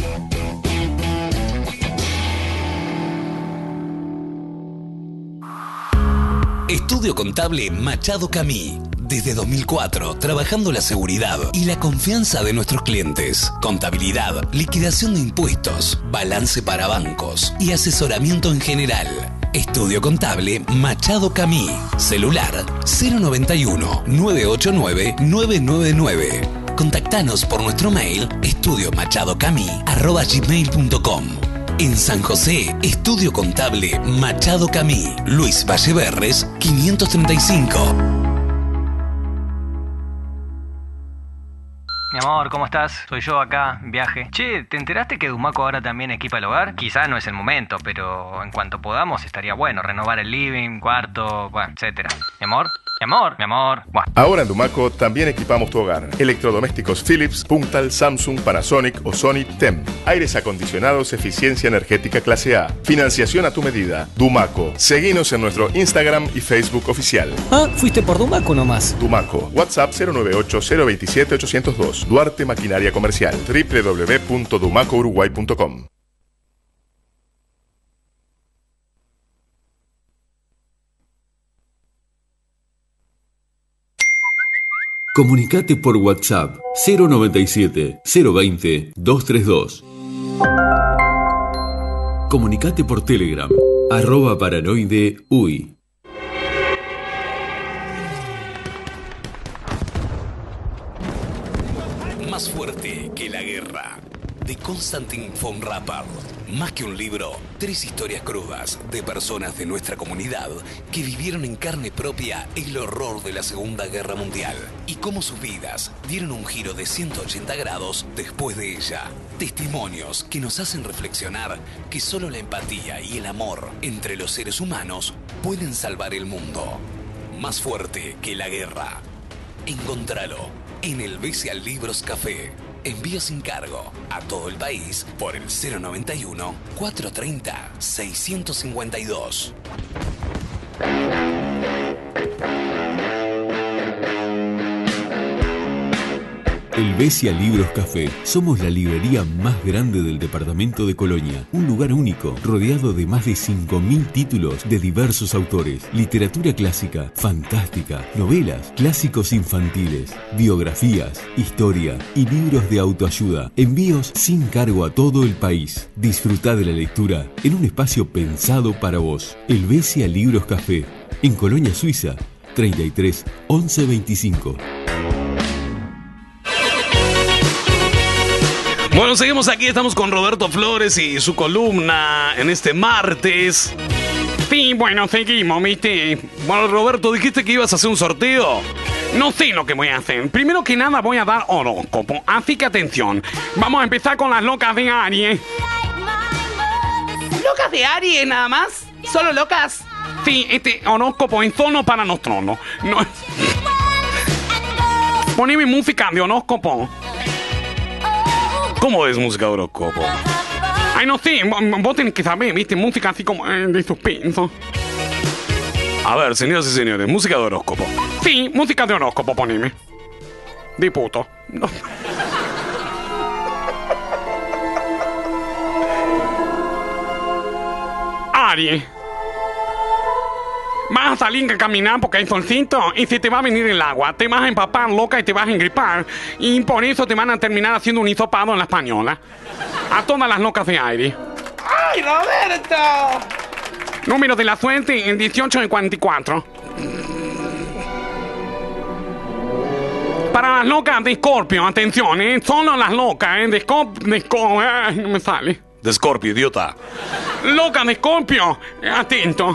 Estudio Contable Machado Camí. Desde 2004, trabajando la seguridad y la confianza de nuestros clientes. Contabilidad, liquidación de impuestos, balance para bancos y asesoramiento en general. Estudio Contable Machado Camí. Celular 091-989-999. Contactanos por nuestro mail estudiomachadocamí@gmail.com. En San José, Estudio Contable Machado Camí, Luis Valleverres, 535. Mi amor, ¿cómo estás? Soy yo acá, en viaje. Che, ¿te enteraste que Dumaco ahora también equipa el hogar? Quizá no es el momento, pero en cuanto podamos estaría bueno renovar el living, cuarto, bueno, etcétera. Mi amor, mi amor, mi amor. Buah. Ahora en Dumaco también equipamos tu hogar. Electrodomésticos Philips, Puntal, Samsung, Panasonic o Sony TEM. Aires acondicionados, eficiencia energética clase A. Financiación a tu medida. Dumaco. Seguinos en nuestro Instagram y Facebook oficial. Ah, fuiste por Dumaco nomás. Dumaco. WhatsApp 098-027-802. Duarte Maquinaria Comercial. www.dumacouruguay.com. Comunicate por WhatsApp 097 020 232. Comunicate por Telegram @paranoideuy. Más fuerte que la guerra, de Konstantin von Rappard. Más que un libro, 3 historias crudas de personas de nuestra comunidad que vivieron en carne propia el horror de la Segunda Guerra Mundial y cómo sus vidas dieron un giro de 180 grados después de ella. Testimonios que nos hacen reflexionar que solo la empatía y el amor entre los seres humanos pueden salvar el mundo. Más fuerte que la guerra. Encontralo en el Bestial Libros Café. Envío sin cargo a todo el país por el 091-430-652. Helvecia Libros Café. Somos la librería más grande del departamento de Colonia. Un lugar único, rodeado de más de 5.000 títulos de diversos autores. Literatura clásica, fantástica, novelas, clásicos infantiles, biografías, historia y libros de autoayuda. Envíos sin cargo a todo el país. Disfrutá de la lectura en un espacio pensado para vos. Helvecia Libros Café. En Colonia, Suiza. 33 11 25. Bueno, seguimos aquí, estamos con Roberto Flores y su columna en este martes. Sí, bueno, seguimos, ¿viste? Bueno, Roberto, dijiste que ibas a hacer un sorteo. No sé lo que voy a hacer. Primero que nada voy a dar horóscopo, así que atención. Vamos a empezar con las locas de Aries. ¿Locas de Aries nada más? ¿Solo locas? Sí, este horóscopo es solo para nosotros, ¿no? Poneme música de horóscopo. ¿Cómo es música de horóscopo? Ay, no sé, vos tenés que saber, ¿viste? Música así como de suspenso. A ver, señoras y señores, música de horóscopo. Sí, música de horóscopo, poneme. De puto. No. Aries. Vas a salir a caminar porque hay solcito y se te va a venir el agua. Te vas a empapar, loca, y te vas a engripar. Y por eso te van a terminar haciendo un hisopado en la española. A todas las locas de Aries. ¡Ay, Roberto! Número de la suerte en 18 y 44. Para las locas de Escorpio, atención, solo las locas, de Escorpio, no me sale. De Escorpio, idiota. Loca de Escorpio, atento.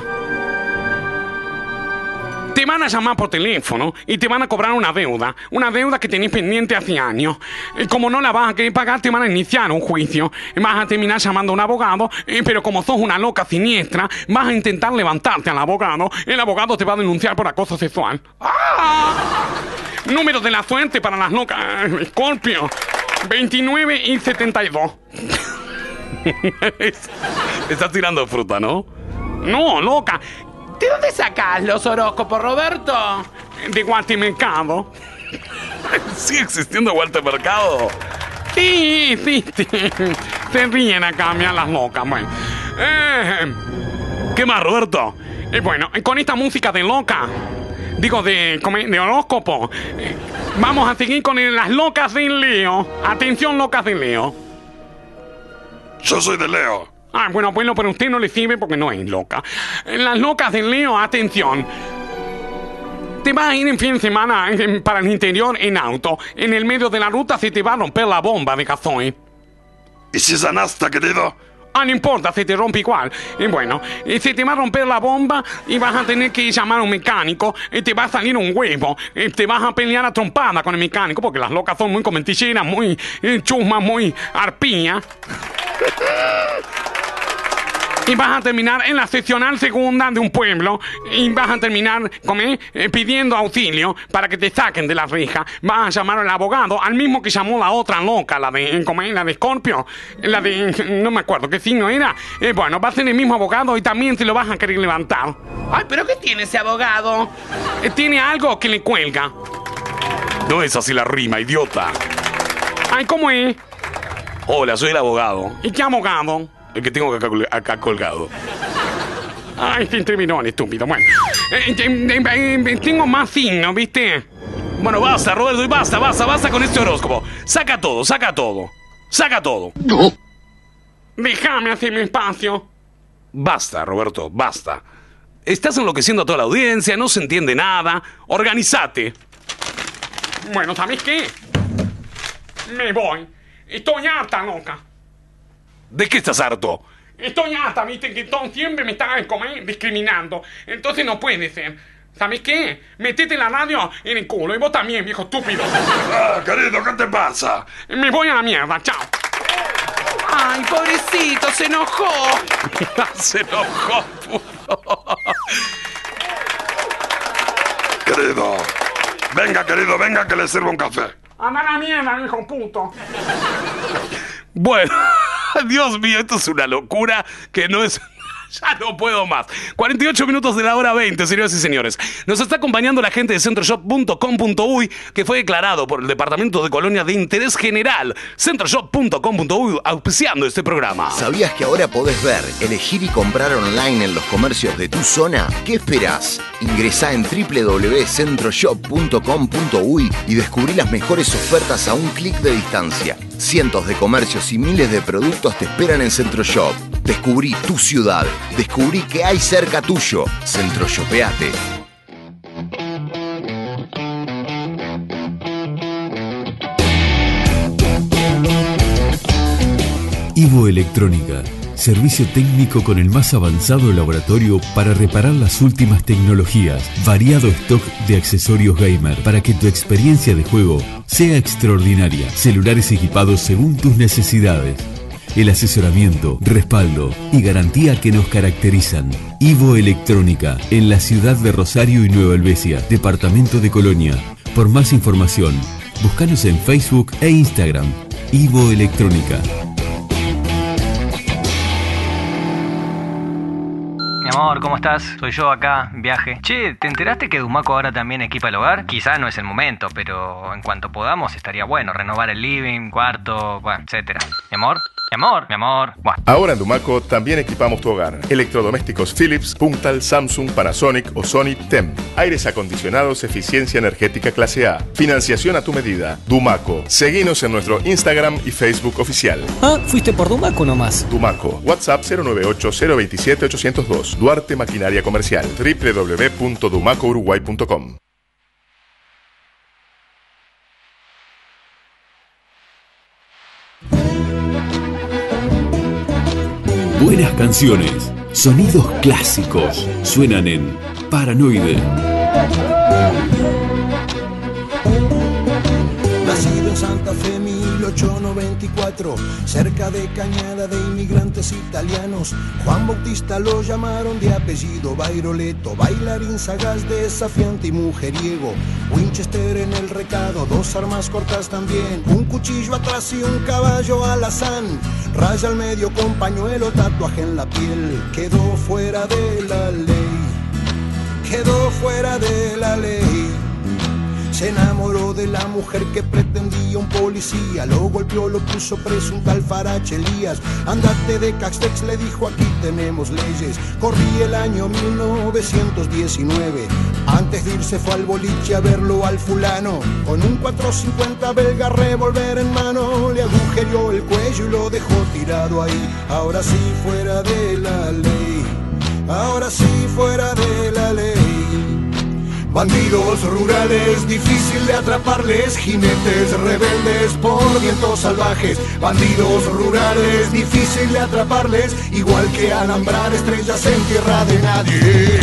Te van a llamar por teléfono y te van a cobrar una deuda que tenés pendiente hace años. Como no la vas a querer pagar, te van a iniciar un juicio. Vas a terminar llamando a un abogado, pero como sos una loca siniestra, vas a intentar levantarte al abogado. El abogado te va a denunciar por acoso sexual. ¡Ah! Números de la suerte para las locas, Escorpio, 29 y 72. Estás tirando fruta, ¿no? No, loca. ¿De dónde sacás los horóscopos, Roberto? De Walter Mercado. ¿Sigue existiendo Walter Mercado? Sí. Se ríen acá, mira las locas. Bueno. ¿Qué más, Roberto? Bueno, con esta música de loca, digo, de horóscopo, vamos a seguir con las locas de Leo. Atención, locas de Leo. Yo soy de Leo. Ah, bueno, pero usted no le sirve porque no es loca. Las locas de Leo, atención. Te vas a ir en fin de semana para el interior en auto. En el medio de la ruta se te va a romper la bomba de gasoil. ¿Y si es anasta, querido? Ah, no importa, se te rompe igual. Bueno, se te va a romper la bomba y vas a tener que llamar a un mecánico. Te va a salir un huevo. Te vas a pelear a trompada con el mecánico porque las locas son muy comentilleras, muy chusmas, muy arpías. Y vas a terminar en la seccional segunda de un pueblo. Y vas a terminar pidiendo auxilio para que te saquen de la reja. Vas a llamar al abogado, al mismo que llamó la otra loca, la de Escorpio. La de... no me acuerdo qué signo era. Bueno, va a ser el mismo abogado y también se lo vas a querer levantar. Ay, ¿pero qué tiene ese abogado? Tiene algo que le cuelga. No es así la rima, idiota. Ay, ¿cómo es? Hola, soy el abogado. ¿Y qué abogado? El que tengo acá colgado. Ay, este terminó, estúpido. Bueno, tengo más signos, ¿viste? Bueno, basta, Roberto, y basta con este horóscopo. Saca todo. No. Déjame hacer mi espacio. Basta, Roberto, basta. Estás enloqueciendo a toda la audiencia, no se entiende nada. Organizate. Bueno, ¿sabes qué? Me voy. Estoy harta, loca. ¿De qué estás harto? Estoy harta, viste, que todo siempre me está discriminando. Entonces no puede ser. ¿Sabes qué? Metete la radio en el culo. Y vos también, viejo estúpido. Ah, querido, ¿qué te pasa? Me voy a la mierda, chao. Ay, pobrecito, se enojó. Se enojó, puto. Querido, venga que le sirva un café. Anda a la mierda, viejo puto. Bueno, Dios mío, esto es una locura que no es... Ya no puedo más. 48 minutos de la hora 20, señoras y señores. Nos está acompañando la gente de centroshop.com.uy, que fue declarado por el Departamento de Colonia de Interés General. Centroshop.com.uy auspiciando este programa. ¿Sabías que ahora podés ver, elegir y comprar online en los comercios de tu zona? ¿Qué esperás? Ingresá en www.centroshop.com.uy y descubrí las mejores ofertas a un clic de distancia. Cientos de comercios y miles de productos te esperan en Centroshop. Descubrí tu ciudad. Descubrí que hay cerca tuyo. Centroshopeate. Ivo Electrónica. Servicio técnico con el más avanzado laboratorio para reparar las últimas tecnologías. Variado stock de accesorios gamer para que tu experiencia de juego sea extraordinaria. Celulares equipados según tus necesidades. El asesoramiento, respaldo y garantía que nos caracterizan. Ivo Electrónica, en la ciudad de Rosario y Nueva Helvecia, departamento de Colonia. Por más información, búscanos en Facebook e Instagram. Ivo Electrónica. Mi amor, ¿cómo estás? Soy yo acá, viaje. Che, ¿te enteraste que Dumaco ahora también equipa el hogar? Quizá no es el momento, pero en cuanto podamos estaría bueno renovar el living, cuarto, bueno, etcétera. Mi amor, mi amor, mi amor. Bueno. Ahora en Dumaco también equipamos tu hogar. Electrodomésticos Philips, Puntal, Samsung, Panasonic o Sony TEM. Aires acondicionados, eficiencia energética clase A. Financiación a tu medida. Dumaco. Seguinos en nuestro Instagram y Facebook oficial. Ah, fuiste por Dumaco nomás. Dumaco. WhatsApp 098-027-802. Duarte Maquinaria Comercial. www.dumacouruguay.com. Buenas canciones, sonidos clásicos, suenan en Paranoide. Nacido en Santa Fe 1894, cerca de Cañada de inmigrantes italianos, Juan Bautista lo llamaron de apellido Bairoleto, bailarín sagaz, desafiante y mujeriego. Winchester en el recado, dos armas cortas también, un cuchillo atrás y un caballo alazán, raya al medio con pañuelo, tatuaje en la piel, quedó fuera de la ley, quedó fuera de la ley. Se enamoró de la mujer que pretendía un policía, lo golpeó, lo puso preso un tal Farache Elías. Andate de Castex, le dijo, aquí tenemos leyes. Corría el año 1919, antes de irse fue al boliche a verlo al fulano, con un 450 belga revólver en mano, le agujereó el cuello y lo dejó tirado ahí. Ahora sí fuera de la ley, ahora sí fuera de la ley. Bandidos rurales, difícil de atraparles, jinetes rebeldes por vientos salvajes. Bandidos rurales, difícil de atraparles, igual que alambrar estrellas en tierra de nadie.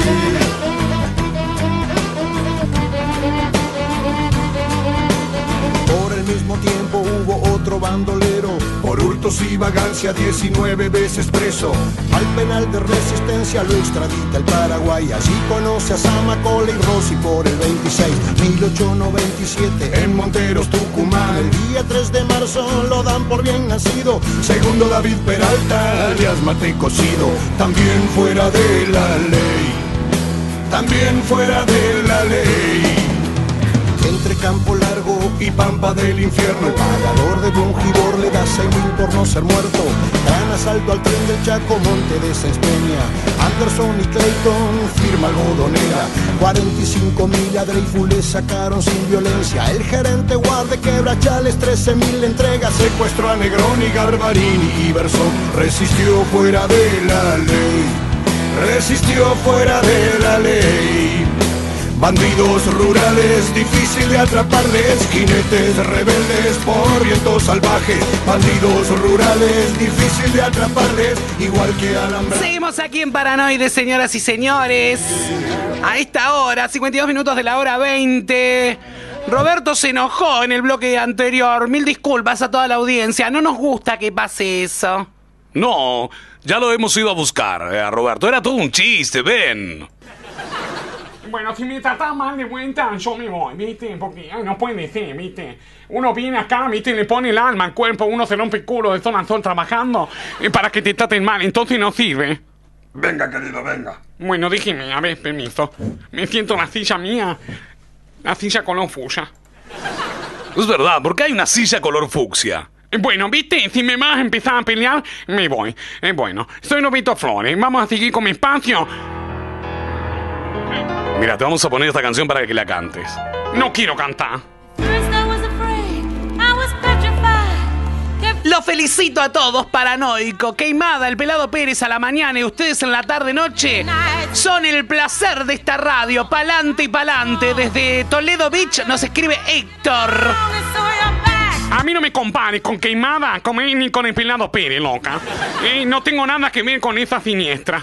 Por el mismo tiempo hubo otro bandolero, por hurtos y vagancia 19 veces preso. Al penal de resistencia lo extradita el Paraguay. Allí conoce a Zamacola y Rossi por el 26. 1897 en Monteros, Tucumán. El día 3 de marzo lo dan por bien nacido. Segundo David Peralta, alias Mate Cocido. También fuera de la ley, también fuera de la ley. Entre Campo Largo y Pampa del Infierno, el pagador de Bungibor le da 6.000 por no ser muerto. Gran asalto al tren del Chaco, Monte de Sespeña. Anderson y Clayton, firma algodonera. 45.000 a Dreyfus le sacaron sin violencia. El gerente guarde Quebrachales, 13.000 entregas. Secuestró a Negroni, Garbarini y Bersón. Resistió fuera de la ley, resistió fuera de la ley. Bandidos rurales, difícil de atraparles, jinetes rebeldes por vientos salvajes. Bandidos rurales, difícil de atraparles, igual que alambrar. Seguimos aquí en Paranoide, señoras y señores. A esta hora, 52 minutos de la hora 20. Roberto se enojó en el bloque anterior. Mil disculpas a toda la audiencia. No nos gusta que pase eso. No, ya lo hemos ido a buscar, Roberto. Era todo un chiste, ven. Bueno, si me tratás mal de vuelta, yo me voy, ¿viste? Porque no puede ser, ¿viste? Uno viene acá, ¿viste? Y le pone el alma al cuerpo, uno se rompe el culo de zona a zona trabajando para que te traten mal, entonces no sirve. Venga, querido, venga. Bueno, déjeme, a ver, permiso. Me siento en la silla mía. La silla color fucsia. Es verdad, porque hay una silla color fucsia. Bueno, viste, si me vas a empezar a pelear, me voy. Bueno, soy Roberto Flores. Vamos a seguir con mi espacio. Mira, te vamos a poner esta canción para que la cantes. No quiero cantar. Los felicito a todos, paranoico. Queimada, el Pelado Pérez a la mañana y ustedes en la tarde-noche son el placer de esta radio. Pa'lante y pa'lante. Desde Toledo Beach nos escribe Héctor. A mí no me compares con Queimada ni con el Pelado Pérez, loca. No tengo nada que ver con esa siniestra.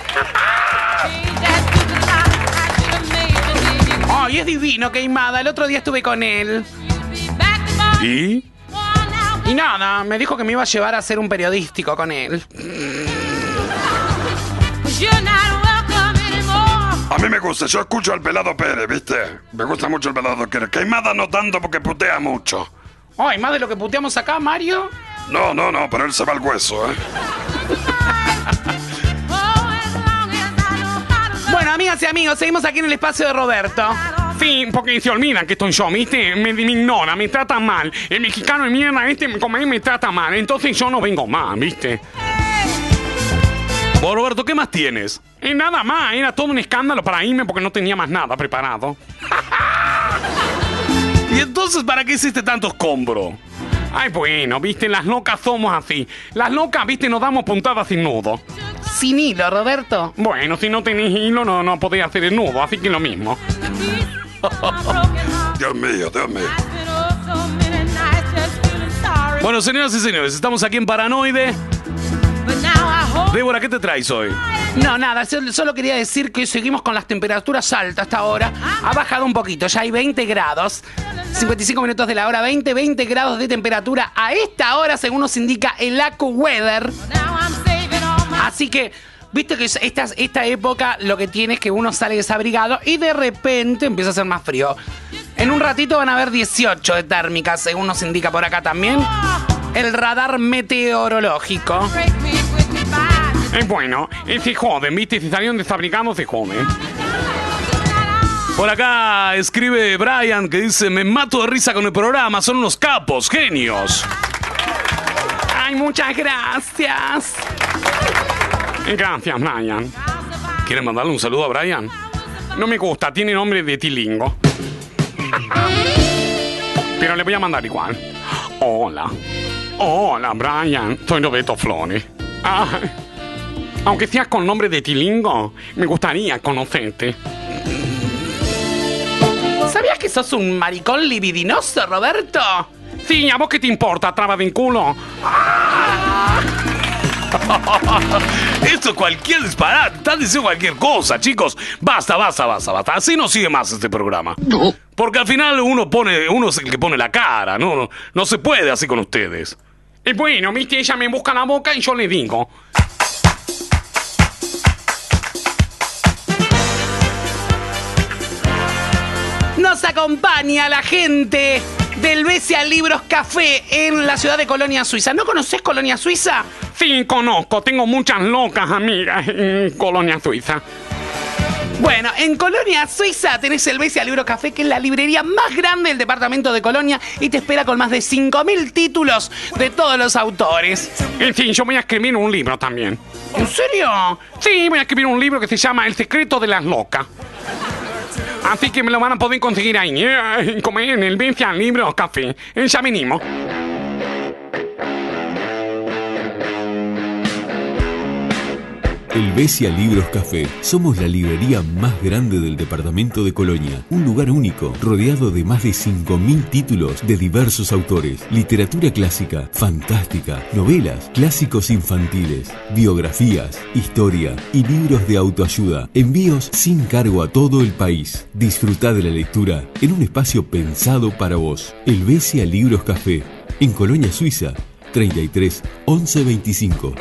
Ay, es divino, Queimada. El otro día estuve con él. ¿Y? Y nada, me dijo que me iba a llevar a hacer un periodístico con él. A mí me gusta, yo escucho al Pelado Pérez, ¿viste? Me gusta mucho el Pelado Pérez. Queimada no tanto porque putea mucho. Ay, más de lo que puteamos acá, Mario. No, pero él se va al hueso, ¿eh? Bueno, amigas y amigos, seguimos aquí en el espacio de Roberto. Sí, porque se olvidan que estoy yo, ¿viste? Me ignora, me trata mal. El mexicano de mierda como él me trata mal. Entonces yo no vengo más, ¿viste? Bueno, Roberto, ¿qué más tienes? Nada más, era todo un escándalo para irme porque no tenía más nada preparado. ¿Y entonces para qué hiciste tanto escombro? Ay, bueno, ¿viste? Las locas somos así. Las locas, ¿viste? Nos damos puntadas sin nudo. Sin hilo, Roberto. Bueno, si no tenés hilo no podés hacer el nudo, así que lo mismo. Dios mío, Dios mío. Bueno, señoras y señores, estamos aquí en Paranoide. Débora, ¿qué te traes hoy? No, nada, solo quería decir que seguimos con las temperaturas altas hasta ahora. Ha bajado un poquito, ya hay 20 grados. 55 minutos de la hora, 20 grados de temperatura a esta hora, según nos indica el AccuWeather. Así que, viste que esta época lo que tiene es que uno sale desabrigado y de repente empieza a hacer más frío. En un ratito van a haber 18 de térmica, según nos indica por acá también el radar meteorológico. Bueno, se joden, ¿viste? Si salieron desabrigados, se joden. Por acá escribe Brian que dice: me mato de risa con el programa, son unos capos, genios. Ay, muchas gracias. Gracias, Brian. ¿Quieren mandarle un saludo a Brian? No me gusta, tiene nombre de tilingo. Pero le voy a mandar igual. Hola, Brian. Soy Roberto Flores. Aunque seas con nombre de tilingo, me gustaría conocerte. ¿Sabías que sos un maricón libidinoso, Roberto? Sí, ¿a vos qué te importa, traba de culo? Esto es cualquier disparate, están diciendo cualquier cosa, chicos. Basta. Así no sigue más este programa. No. Porque al final uno es el que pone la cara, no se puede así con ustedes. Bueno, viste, ella me busca la boca y yo le digo. Nos acompaña la gente del Besia Libros Café en la ciudad de Colonia, Suiza. ¿No conocés Colonia, Suiza? Sí, conozco. Tengo muchas locas amigas en Colonia, Suiza. Bueno, en Colonia, Suiza tenés el Besia Libros Café, que es la librería más grande del departamento de Colonia y te espera con más de 5.000 títulos de todos los autores. En fin, yo voy a escribir un libro también. ¿En serio? Sí, voy a escribir un libro que se llama El secreto de las locas. Así que me lo van a poder conseguir ahí, como en el Besia Libros Café. Ya venimos. El Besia Libros Café. Somos la librería más grande del departamento de Colonia. Un lugar único, rodeado de más de 5.000 títulos de diversos autores. Literatura clásica, fantástica, novelas, clásicos infantiles, biografías, historia y libros de autoayuda. Envíos sin cargo a todo el país. Disfrutá de la lectura en un espacio pensado para vos. El Besia Libros Café. En Colonia, Suiza. 33 11 25.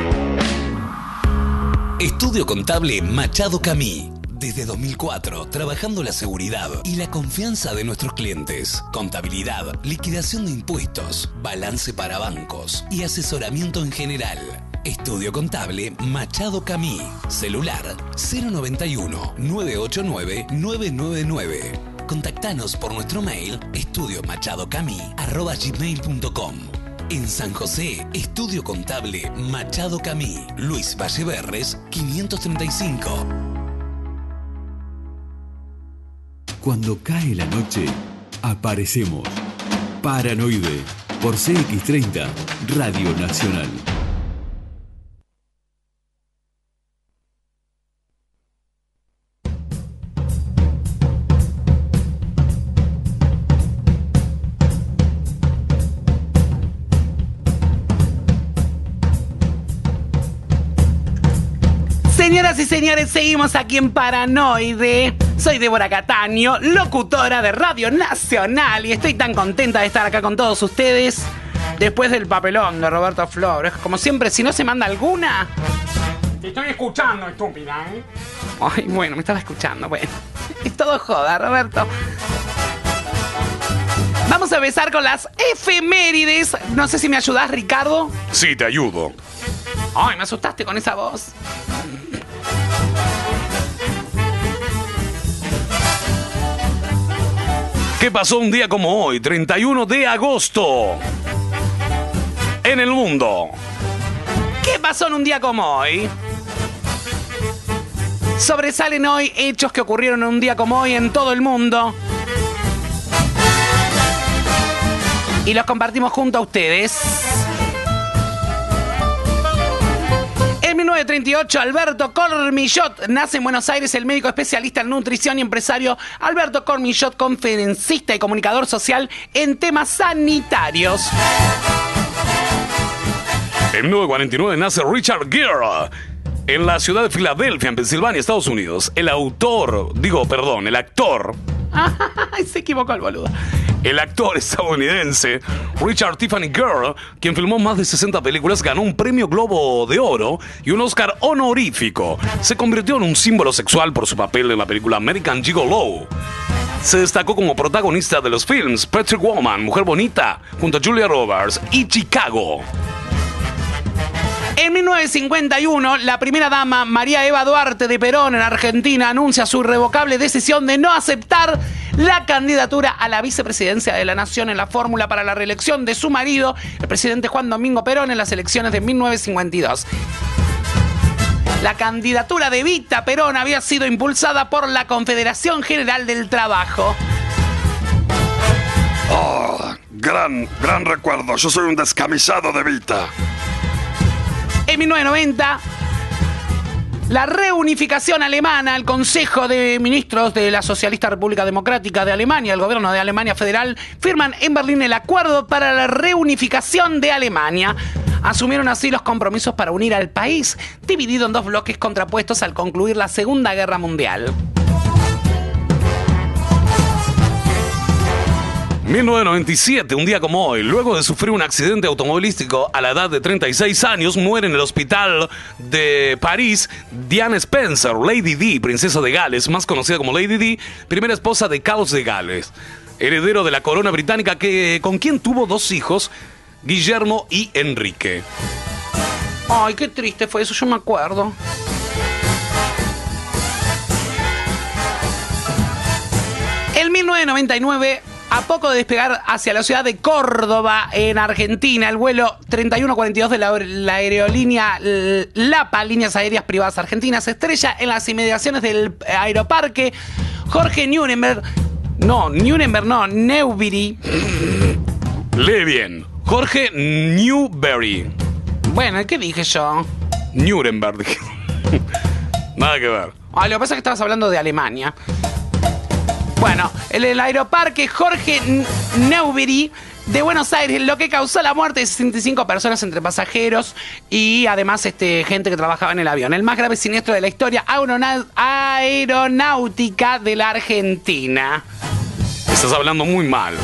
Estudio Contable Machado Camí. Desde 2004, trabajando la seguridad y la confianza de nuestros clientes. Contabilidad, liquidación de impuestos, balance para bancos y asesoramiento en general. Estudio Contable Machado Camí. Celular 091-989-999. Contactanos por nuestro mail estudiomachadocamí@gmail.com. En San José, Estudio Contable Machado Camí. Luis Valleverres, 535. Cuando cae la noche, aparecemos. Paranoide, por CX30, Radio Nacional. Señoras y señores, seguimos aquí en Paranoide. Soy Débora Cataño, locutora de Radio Nacional, y estoy tan contenta de estar acá con todos ustedes después del papelón de Roberto Flores. Como siempre, si no se manda alguna... Te estoy escuchando, estúpida, ¿eh? Ay, bueno, me estaba escuchando, bueno. Es todo joda, Roberto. Vamos a empezar con las efemérides. No sé si me ayudás, Ricardo. Sí, te ayudo. Ay, me asustaste con esa voz. ¿Qué pasó un día como hoy, 31 de agosto? En el mundo. ¿Qué pasó en un día como hoy? Sobresalen hoy hechos que ocurrieron en un día como hoy en todo el mundo. Y los compartimos junto a ustedes. En 1938, Alberto Cormillot nace en Buenos Aires. El médico especialista en nutrición y empresario Alberto Cormillot, conferencista y comunicador social en temas sanitarios. En 1949 nace Richard Gere en la ciudad de Filadelfia, en Pensilvania, Estados Unidos. El actor Se equivocó el boludo. El actor estadounidense Richard Tiffany Gere, quien filmó más de 60 películas, ganó un premio Globo de Oro y un Oscar honorífico. Se convirtió en un símbolo sexual por su papel en la película American Gigolo. Se destacó como protagonista de los films Pretty Woman, Mujer Bonita, junto a Julia Roberts, y Chicago. En 1951, la primera dama, María Eva Duarte de Perón, en Argentina, anuncia su irrevocable decisión de no aceptar la candidatura a la vicepresidencia de la Nación en la fórmula para la reelección de su marido, el presidente Juan Domingo Perón, en las elecciones de 1952. La candidatura de Evita Perón había sido impulsada por la Confederación General del Trabajo. Oh, gran recuerdo. Yo soy un descamisado de Evita. En 1990, la reunificación alemana, el Consejo de Ministros de la Socialista República Democrática de Alemania, el gobierno de Alemania Federal, firman en Berlín el acuerdo para la reunificación de Alemania. Asumieron así los compromisos para unir al país, dividido en dos bloques contrapuestos al concluir la Segunda Guerra Mundial. 1997, un día como hoy, luego de sufrir un accidente automovilístico a la edad de 36 años, muere en el hospital de París Diane Spencer, Lady Di, princesa de Gales, más conocida como Lady Di, primera esposa de Carlos de Gales, heredero de la corona británica, con quien tuvo dos hijos, Guillermo y Enrique. Ay, qué triste fue eso, yo me acuerdo. En 1999... a poco de despegar hacia la ciudad de Córdoba, en Argentina, el vuelo 3142 de la aerolínea LAPA, Líneas Aéreas Privadas Argentinas, se estrella en las inmediaciones del aeroparque Jorge Nuremberg. Newbery. Lee bien. Jorge Newbery. Bueno, ¿qué dije yo? Nuremberg, dije. Nada que ver. Ah, lo que pasa es que estabas hablando de Alemania. Bueno, el aeroparque Jorge Newbery de Buenos Aires, lo que causó la muerte de 65 personas entre pasajeros y además gente que trabajaba en el avión. El más grave siniestro de la historia aeronáutica de la Argentina. Estás hablando muy mal.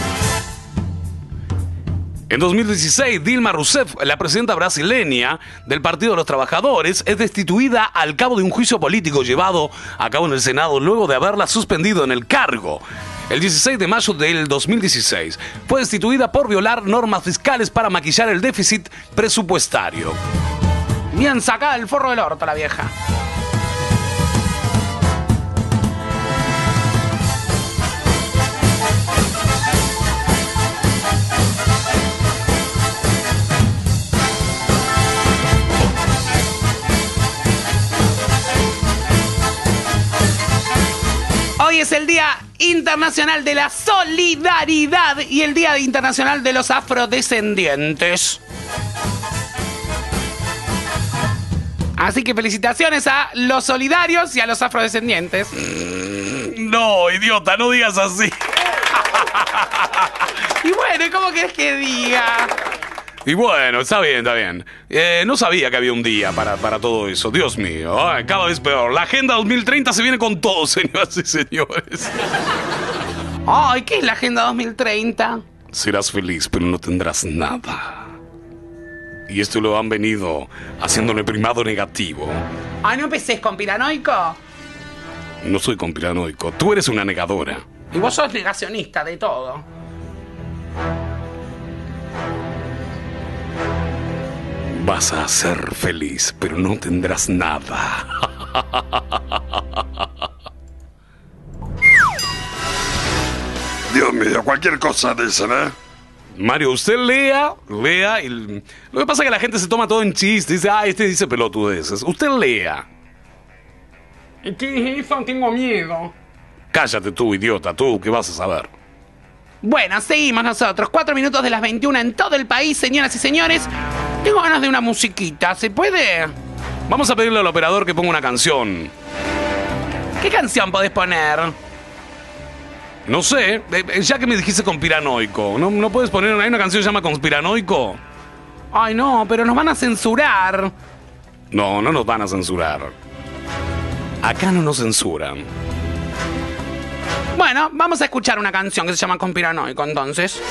En 2016, Dilma Rousseff, la presidenta brasileña del Partido de los Trabajadores, es destituida al cabo de un juicio político llevado a cabo en el Senado luego de haberla suspendido en el cargo. El 16 de mayo del 2016 fue destituida por violar normas fiscales para maquillar el déficit presupuestario. Bien sacada el forro del orto la vieja. Hoy es el Día Internacional de la Solidaridad y el Día Internacional de los Afrodescendientes. Así que felicitaciones a los solidarios y a los afrodescendientes. No, idiota, no digas así. Y bueno, ¿y cómo querés que diga? Y bueno, está bien, está bien. No sabía que había un día para todo eso. Dios mío, ay, cada vez peor. La Agenda 2030 se viene con todo, señoras y señores. Ay, ¿qué es la Agenda 2030? Serás feliz, pero no tendrás nada. Y esto lo han venido haciéndole primado negativo. Ay, no empecés con piranoico. No soy conspiranoico. Tú eres una negadora. Y vos sos negacionista de todo. Vas a ser feliz, pero no tendrás nada. Dios mío, cualquier cosa dicen, ¿eh? Mario, usted lea y... Lo que pasa es que la gente se toma todo en chiste. Dice, este dice pelotudeces. Usted lea. ¿Qué es eso? Tengo miedo. Cállate tú, idiota, tú, ¿qué vas a saber? Bueno, seguimos nosotros. 4 minutos de las 21 en todo el país, señoras y señores. Tengo ganas de una musiquita, ¿se puede? Vamos a pedirle al operador que ponga una canción. ¿Qué canción podés poner? No sé, ya que me dijiste conspiranoico. ¿No puedes poner hay una canción que se llama Conspiranoico? Ay, no, pero nos van a censurar. No nos van a censurar. Acá no nos censuran. Bueno, vamos a escuchar una canción que se llama Conspiranoico, entonces.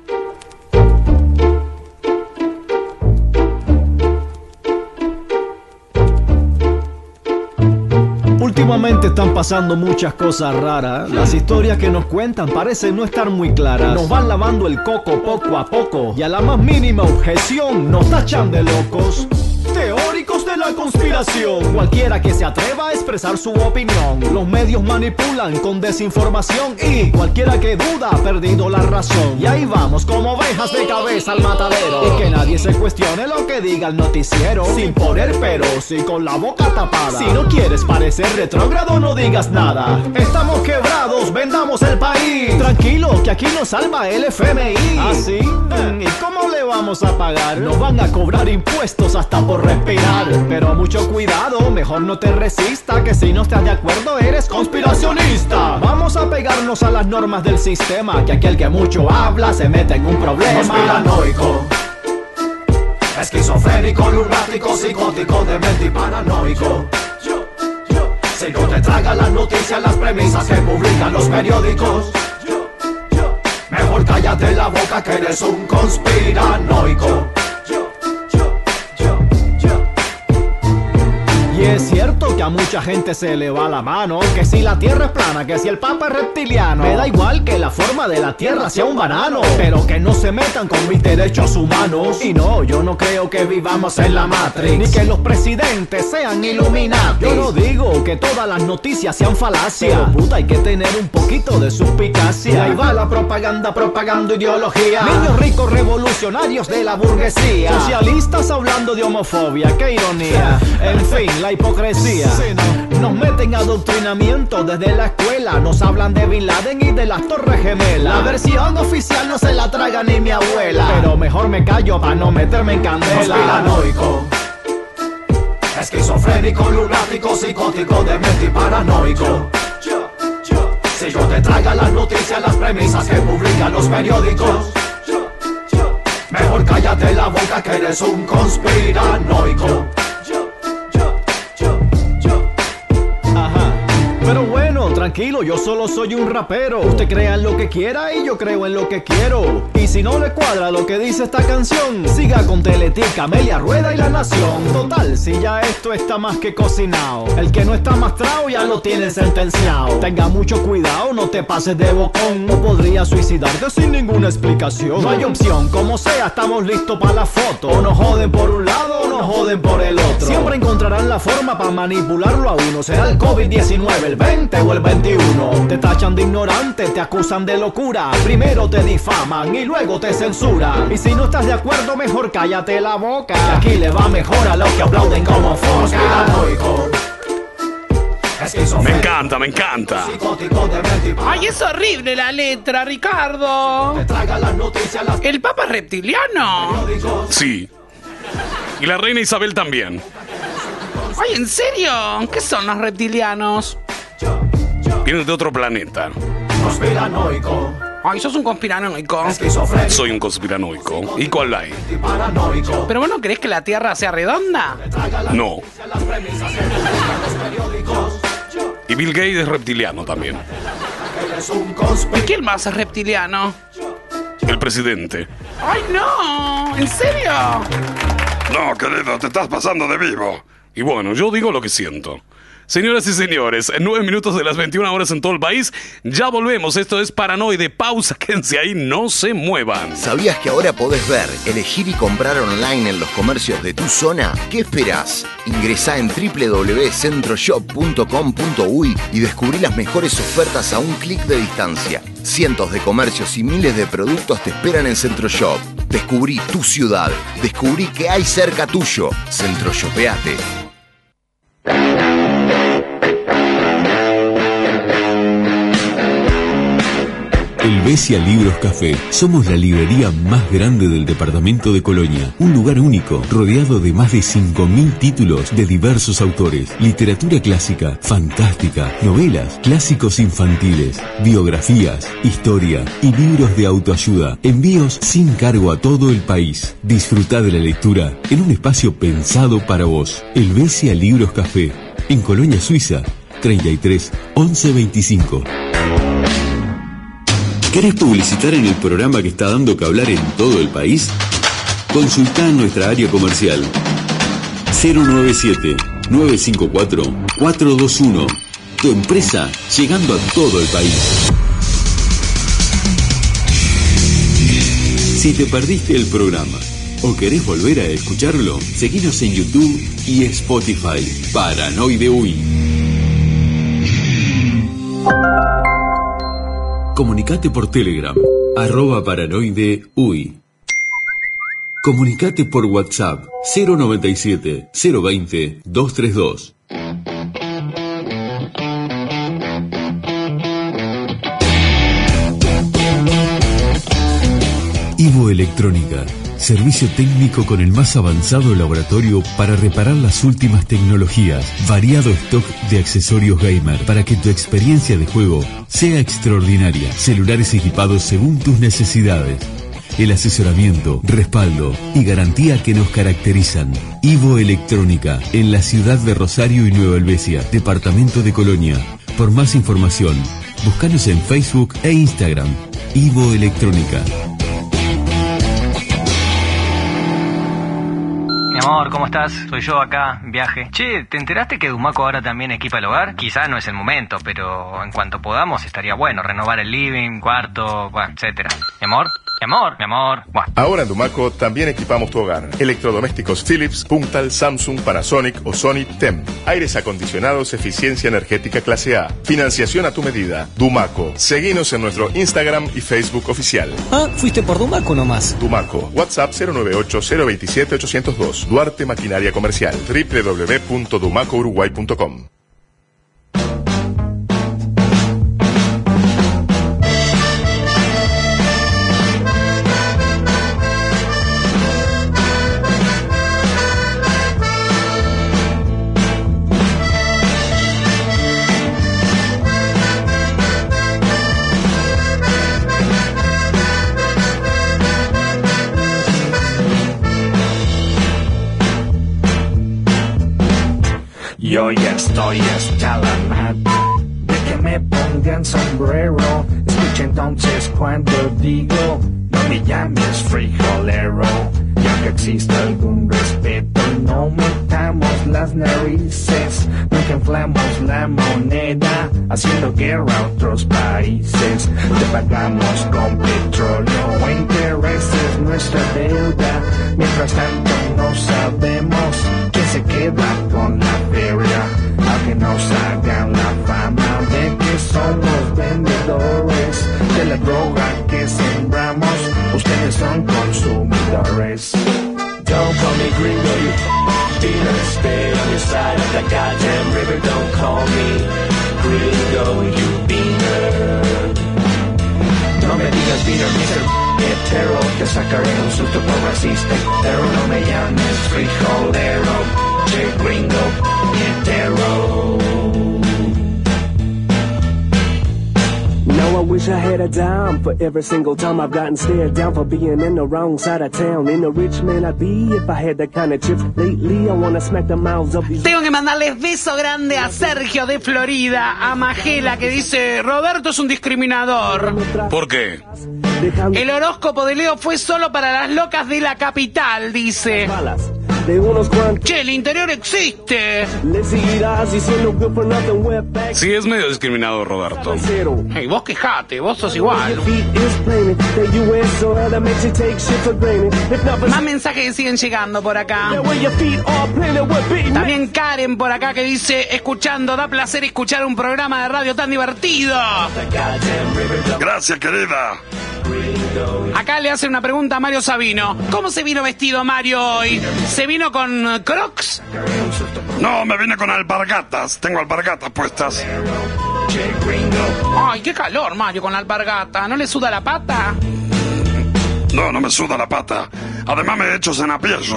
Últimamente están pasando muchas cosas raras. Las historias que nos cuentan parecen no estar muy claras. Nos van lavando el coco poco a poco y a la más mínima objeción nos tachan de locos. Teóricos de la conspiración. Cualquiera que se atreva a expresar su opinión. Los medios manipulan con desinformación y cualquiera que duda ha perdido la razón. Y ahí vamos como ovejas de cabeza al matadero. Y que nadie se cuestione lo que diga el noticiero. Sin poner peros y con la boca tapada. Si no quieres parecer retrógrado no digas nada. Estamos quebrados, vendamos el país. Tranquilo que aquí nos salva el FMI. ¿Ah, sí? ¿Y cómo le vamos a pagar? Nos van a cobrar impuestos hasta por respirar. Pero mucho cuidado, mejor no te resista, que si no estás de acuerdo eres conspiracionista. Vamos a pegarnos a las normas del sistema, que aquel que mucho habla se mete en un problema. Conspiranoico, esquizofrénico, lunático, psicótico, demente y paranoico. Si no te tragan las noticias, las premisas que publican los periódicos, mejor cállate la boca que eres un conspiranoico. Y es cierto que a mucha gente se le va la mano, que si la tierra es plana, que si el papa es reptiliano. Me da igual que la forma de la tierra sea un banano, pero que no se metan con mis derechos humanos. Y no, yo no creo que vivamos en la Matrix, ni que los presidentes sean Illuminati. Yo no digo que todas las noticias sean falacia, pero puta, hay que tener un poquito de suspicacia. Y ahí va la propaganda propagando ideología. Niños ricos revolucionarios de la burguesía, socialistas hablando de homofobia, qué ironía. En fin, la hipocresía. Nos meten adoctrinamiento desde la escuela. Nos hablan de Bin Laden y de las Torres Gemelas. La versión oficial no se la traga ni mi abuela, pero mejor me callo para no meterme en candela. Conspiranoico, esquizofrénico, lunático, psicótico, demente y paranoico. Si yo te traiga las noticias, las premisas que publican los periódicos, mejor cállate la boca que eres un conspiranoico. Pero bueno, tranquilo, yo solo soy un rapero. Usted crea en lo que quiera y yo creo en lo que quiero. Y si no le cuadra lo que dice esta canción, siga con Teletica, Amelia Rueda y La Nación. Total, si ya esto está más que cocinado, el que no está mastrado ya lo tiene sentenciado. Tenga mucho cuidado, no te pases de bocón, no podría suicidarte sin ninguna explicación. No hay opción, como sea, estamos listos para la foto. O nos joden por un lado o nos joden por el otro. Siempre encontrarán la forma para manipularlo a uno. Será el COVID-19, el 20 o el 21. Te tachan de ignorante, te acusan de locura. Primero te difaman y luego te censuran. Y si no estás de acuerdo, mejor cállate la boca, que aquí le va mejor a los que aplauden como foca. Me encanta, me encanta. Ay, es horrible la letra, Ricardo. ¿El Papa es reptiliano? Sí. Y la reina Isabel también. Ay, ¿en serio? ¿Qué son los reptilianos? Vienen de otro planeta. Conspiranoico. Ay, sos un conspiranoico. Soy un conspiranoico. ¿Y cuál hay? ¿Pero vos no creés que la Tierra sea redonda? No. Y Bill Gates es reptiliano también. ¿Y quién más es reptiliano? El presidente. ¡Ay, no! ¿En serio? No, querido, te estás pasando de vivo. Y bueno, yo digo lo que siento. Señoras y señores, en 9 minutos de las 21 horas en todo el país, ya volvemos. Esto es Paranoide. Pausa, quédense ahí, no se muevan. ¿Sabías que ahora podés ver, elegir y comprar online en los comercios de tu zona? ¿Qué esperás? Ingresá en www.centroshop.com.uy y descubrí las mejores ofertas a un clic de distancia. Cientos de comercios y miles de productos te esperan en Centroshop. Descubrí tu ciudad. Descubrí que hay cerca tuyo. Centroshopeate. Helvecia Libros Café. Somos la librería más grande del departamento de Colonia. Un lugar único, rodeado de más de 5.000 títulos de diversos autores. Literatura clásica, fantástica, novelas, clásicos infantiles, biografías, historia y libros de autoayuda. Envíos sin cargo a todo el país. Disfruta de la lectura en un espacio pensado para vos. Helvecia Libros Café. En Colonia, Suiza. 33 11 25. ¿Querés publicitar en el programa que está dando que hablar en todo el país? Consultá en nuestra área comercial 097-954-421. Tu empresa llegando a todo el país. Si te perdiste el programa o querés volver a escucharlo, seguinos en YouTube y Spotify. Paranoide Uy. Comunicate por Telegram, @paranoideuy. Comunicate por WhatsApp, 097-020-232. Ivo Electrónica. Servicio técnico con el más avanzado laboratorio para reparar las últimas tecnologías. Variado stock de accesorios gamer para que tu experiencia de juego sea extraordinaria. Celulares equipados según tus necesidades. El asesoramiento, respaldo y garantía que nos caracterizan. Ivo Electrónica, en la ciudad de Rosario y Nueva Helvecia, departamento de Colonia. Por más información, búscanos en Facebook e Instagram. Ivo Electrónica. Mi amor, ¿cómo estás? Soy yo acá, en viaje. Che, ¿te enteraste que Dumaco ahora también equipa el hogar? Quizá no es el momento, pero en cuanto podamos estaría bueno renovar el living, cuarto, bueno, etcétera. Mi amor, mi amor, mi amor. Buah. Ahora en Dumaco también equipamos tu hogar. Electrodomésticos Philips, Puntal, Samsung, Panasonic o Sony TEM. Aires acondicionados, eficiencia energética clase A. Financiación a tu medida. Dumaco. Seguinos en nuestro Instagram y Facebook oficial. Ah, fuiste por Dumaco nomás. Dumaco. WhatsApp 098-027-802. Duarte Maquinaria Comercial. www.dumacouruguay.com. Yo ya estoy hasta la madre de que me pongan sombrero. Escucha entonces cuando digo, no me llames frijolero. Ya que existe algún respeto, no metamos las narices. Nunca inflamos la moneda, haciendo guerra a otros países. Te pagamos con petróleo o intereses nuestra deuda. Mientras tanto no sabemos quién se queda con la feria. Aunque nos hagan la fama de que somos vendedores de la droga que sembramos, ustedes son consumidores. Don't call me gringo, you beaner. Stay on your side of the goddamn river. Don't call me gringo, you beaner. No me digas beaner, Mr. Hetero. Te sacaré un susto por racista, pero no me llames frijolero. Che gringo, hetero. Now I wish I had a dime for every single time I've gotten stared down for being in the wrong side of town. In a rich man I'd be if I had that kind of chips. Lately I wanna smack the mouths of these. Tengo que mandarles beso grande a Sergio de Florida, a Magela que dice, Roberto es un discriminador. ¿Por qué? El horóscopo de Leo fue solo para las locas de la capital, dice. Che, el interior existe. Sí, es medio discriminado, Roberto. Hey, vos quejate, vos sos igual. Más mensajes que siguen llegando por acá. También Karen por acá que dice, escuchando, da placer escuchar un programa de radio tan divertido. Gracias, querida. Acá le hace una pregunta a Mario Sabino. ¿Cómo se vino vestido Mario hoy? ¿Se vino con Crocs? No, me vine con alpargatas. Tengo alpargatas puestas. Ay, qué calor, Mario, con la alpargata. ¿No le suda la pata? No, no me suda la pata. Además me he hecho cenapiello.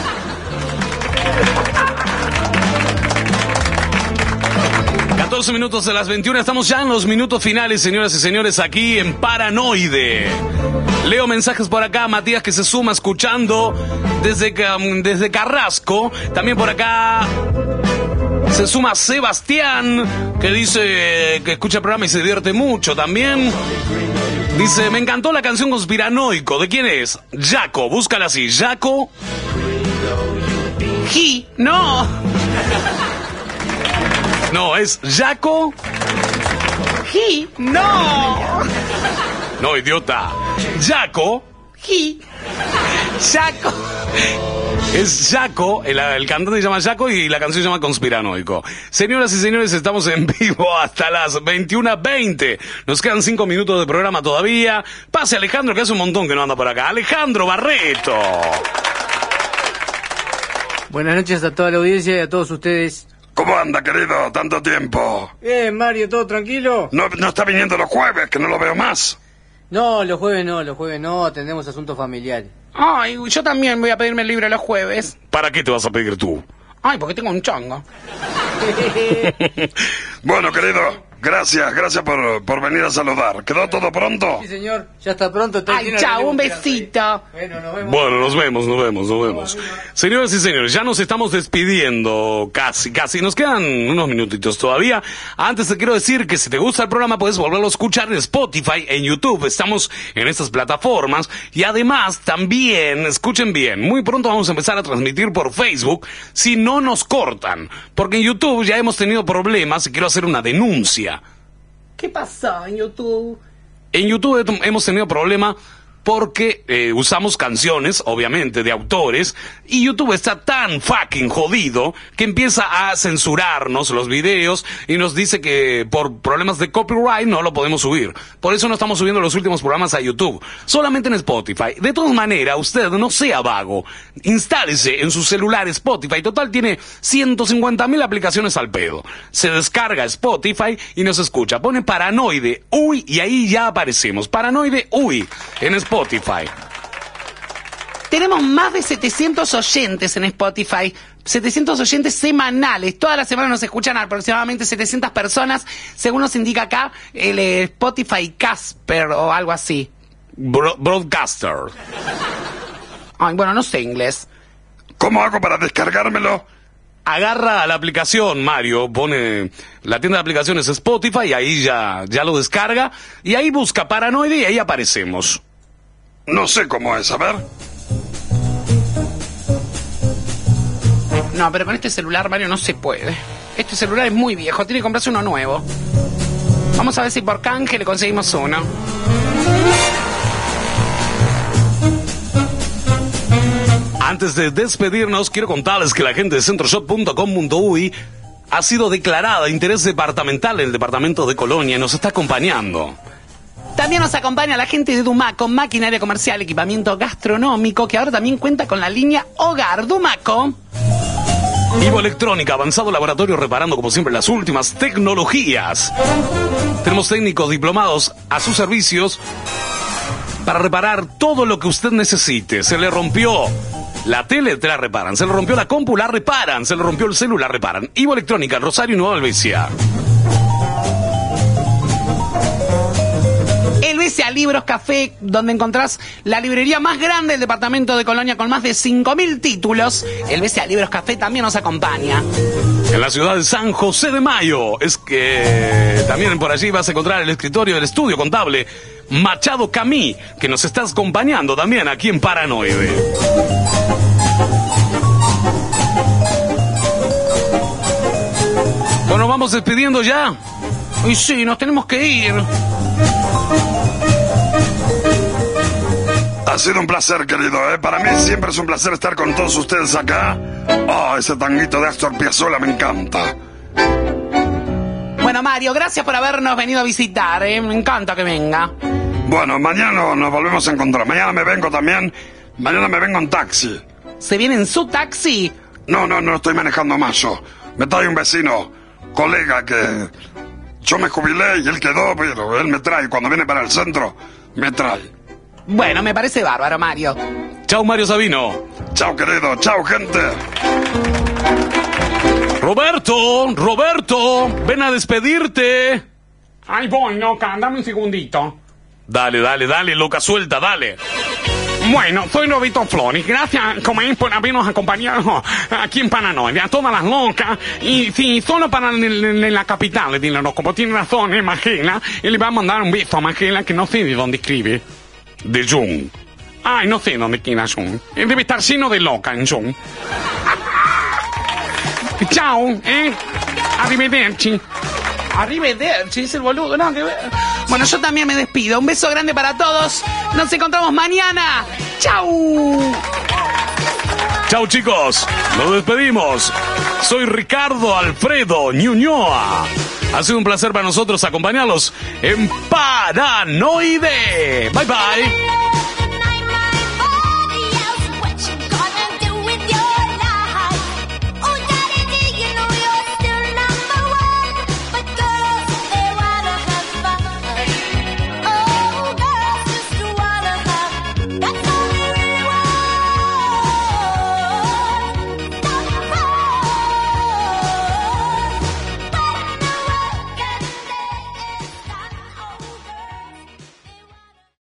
Minutos de las 21, estamos ya en los minutos finales, señoras y señores, aquí en Paranoide. Leo mensajes por acá, Matías que se suma escuchando desde Carrasco. También por acá se suma Sebastián, que dice que escucha el programa y se divierte mucho también. Dice, me encantó la canción Conspiranoico. ¿De quién es? Jaco, búscala así, Jaco. No. No, es Jaco. No. No, idiota. Jaco. Jaco. Es Jaco, el cantante se llama Jaco y la canción se llama Conspiranoico. Señoras y señores, estamos en vivo hasta las 21:20. Nos quedan 5 minutos de programa todavía. Pase Alejandro, que hace un montón que no anda por acá. Alejandro Barreto. Buenas noches a toda la audiencia y a todos ustedes. ¿Cómo anda, querido? Tanto tiempo. Mario, ¿todo tranquilo? No está viniendo los jueves, que no lo veo más. No, los jueves no, atendemos asuntos familiares. Ay, yo también voy a pedirme el libro los jueves. ¿Para qué te vas a pedir tú? Ay, porque tengo un chongo. Bueno, querido, gracias por venir a saludar. ¿Quedó todo pronto? Sí, señor, ya está pronto. Ay, chao, un besito. Bueno, nos vemos. Bueno, nos vemos. Señoras y señores, ya nos estamos despidiendo casi. Nos quedan unos minutitos todavía. Antes te quiero decir que si te gusta el programa puedes volverlo a escuchar en Spotify, en YouTube. Estamos en estas plataformas. Y además, también, escuchen bien, muy pronto vamos a empezar a transmitir por Facebook si no nos cortan. Porque en YouTube ya hemos tenido problemas y quiero hacer una denuncia. ¿Qué pasó en YouTube? En YouTube hemos tenido problema porque usamos canciones, obviamente, de autores, y YouTube está tan fucking jodido que empieza a censurarnos los videos y nos dice que por problemas de copyright no lo podemos subir. Por eso no estamos subiendo los últimos programas a YouTube, solamente en Spotify. De todas maneras, usted no sea vago, instálese en su celular Spotify, total tiene 150.000 aplicaciones al pedo. Se descarga Spotify y nos escucha, pone Paranoide, uy, y ahí ya aparecemos, Paranoide, uy, en Spotify. Tenemos más de 700 oyentes en Spotify, 700 oyentes semanales. Toda la semana nos escuchan aproximadamente 700 personas, según nos indica acá el Spotify Casper o algo así. Broadcaster. Ay, bueno, no sé inglés. ¿Cómo hago para descargármelo? agarra la aplicación, Mario, pone la tienda de aplicaciones Spotify, y ahí ya lo descarga, y ahí busca Paranoide y ahí aparecemos. No sé cómo es, a ver. No, pero con este celular, Mario, no se puede. Este celular es muy viejo, tiene que comprarse uno nuevo. Vamos a ver si por canje le conseguimos uno. Antes de despedirnos, quiero contarles que la gente de centroshop.com.uy ha sido declarada de interés departamental en el departamento de Colonia y nos está acompañando. También nos acompaña la gente de Dumaco, maquinaria comercial, equipamiento gastronómico, que ahora también cuenta con la línea Hogar Dumaco. Ivo Electrónica, avanzado laboratorio reparando como siempre las últimas tecnologías. Tenemos técnicos diplomados a sus servicios para reparar todo lo que usted necesite. Se le rompió la tele, te la reparan. Se le rompió la compu, la reparan. Se le rompió el celular, reparan. Ivo Electrónica, Rosario y Nueva Albesia. Helvecia Libros Café, donde encontrás la librería más grande del departamento de Colonia con más de 5.000 títulos. Helvecia Libros Café también nos acompaña. En la ciudad de San José de Mayo, es que también por allí vas a encontrar el escritorio del estudio contable Machado Camí, que nos está acompañando también aquí en Paranoide. Bueno, vamos despidiendo ya. Y sí, nos tenemos que ir. Ha sido un placer, querido, ¿eh? Para mí siempre es un placer estar con todos ustedes acá. Oh, ese tanguito de Astor Piazzolla me encanta. Bueno, Mario, gracias por habernos venido a visitar, ¿eh? Me encanta que venga. Bueno, mañana nos volvemos a encontrar. Mañana me vengo también. Mañana me vengo en taxi. ¿Se viene en su taxi? No estoy manejando más yo. Me trae un vecino, colega, que yo me jubilé y él quedó, pero él me trae. Cuando viene para el centro, me trae. Bueno, me parece bárbaro, Mario. Chau, Mario Sabino. Chau, querido. Chau, gente. Roberto, ven a despedirte. Ahí voy, Loca, dame un segundito. Dale, Loca, suelta, dale. Bueno, soy Roberto Flores. Gracias, como es, por habernos acompañado aquí en Paranoide, a todas las locas. Y sí, solo para la capital, dile, como tiene razón, Magela. Y le va a mandar un beso a Magela, que no sé de dónde escribe. De Jung. Ay, no sé dónde queda Jung. Debe estar lleno de loca en Jung. Chao, Arrivederci. Arrivederci, es el boludo, no, que ver. Bueno, yo también me despido. Un beso grande para todos. Nos encontramos mañana. ¡Chau! Chau, chicos. Nos despedimos. Soy Ricardo Alfredo Ñuñoa. Ha sido un placer para nosotros acompañarlos en Paranoide. Bye, bye.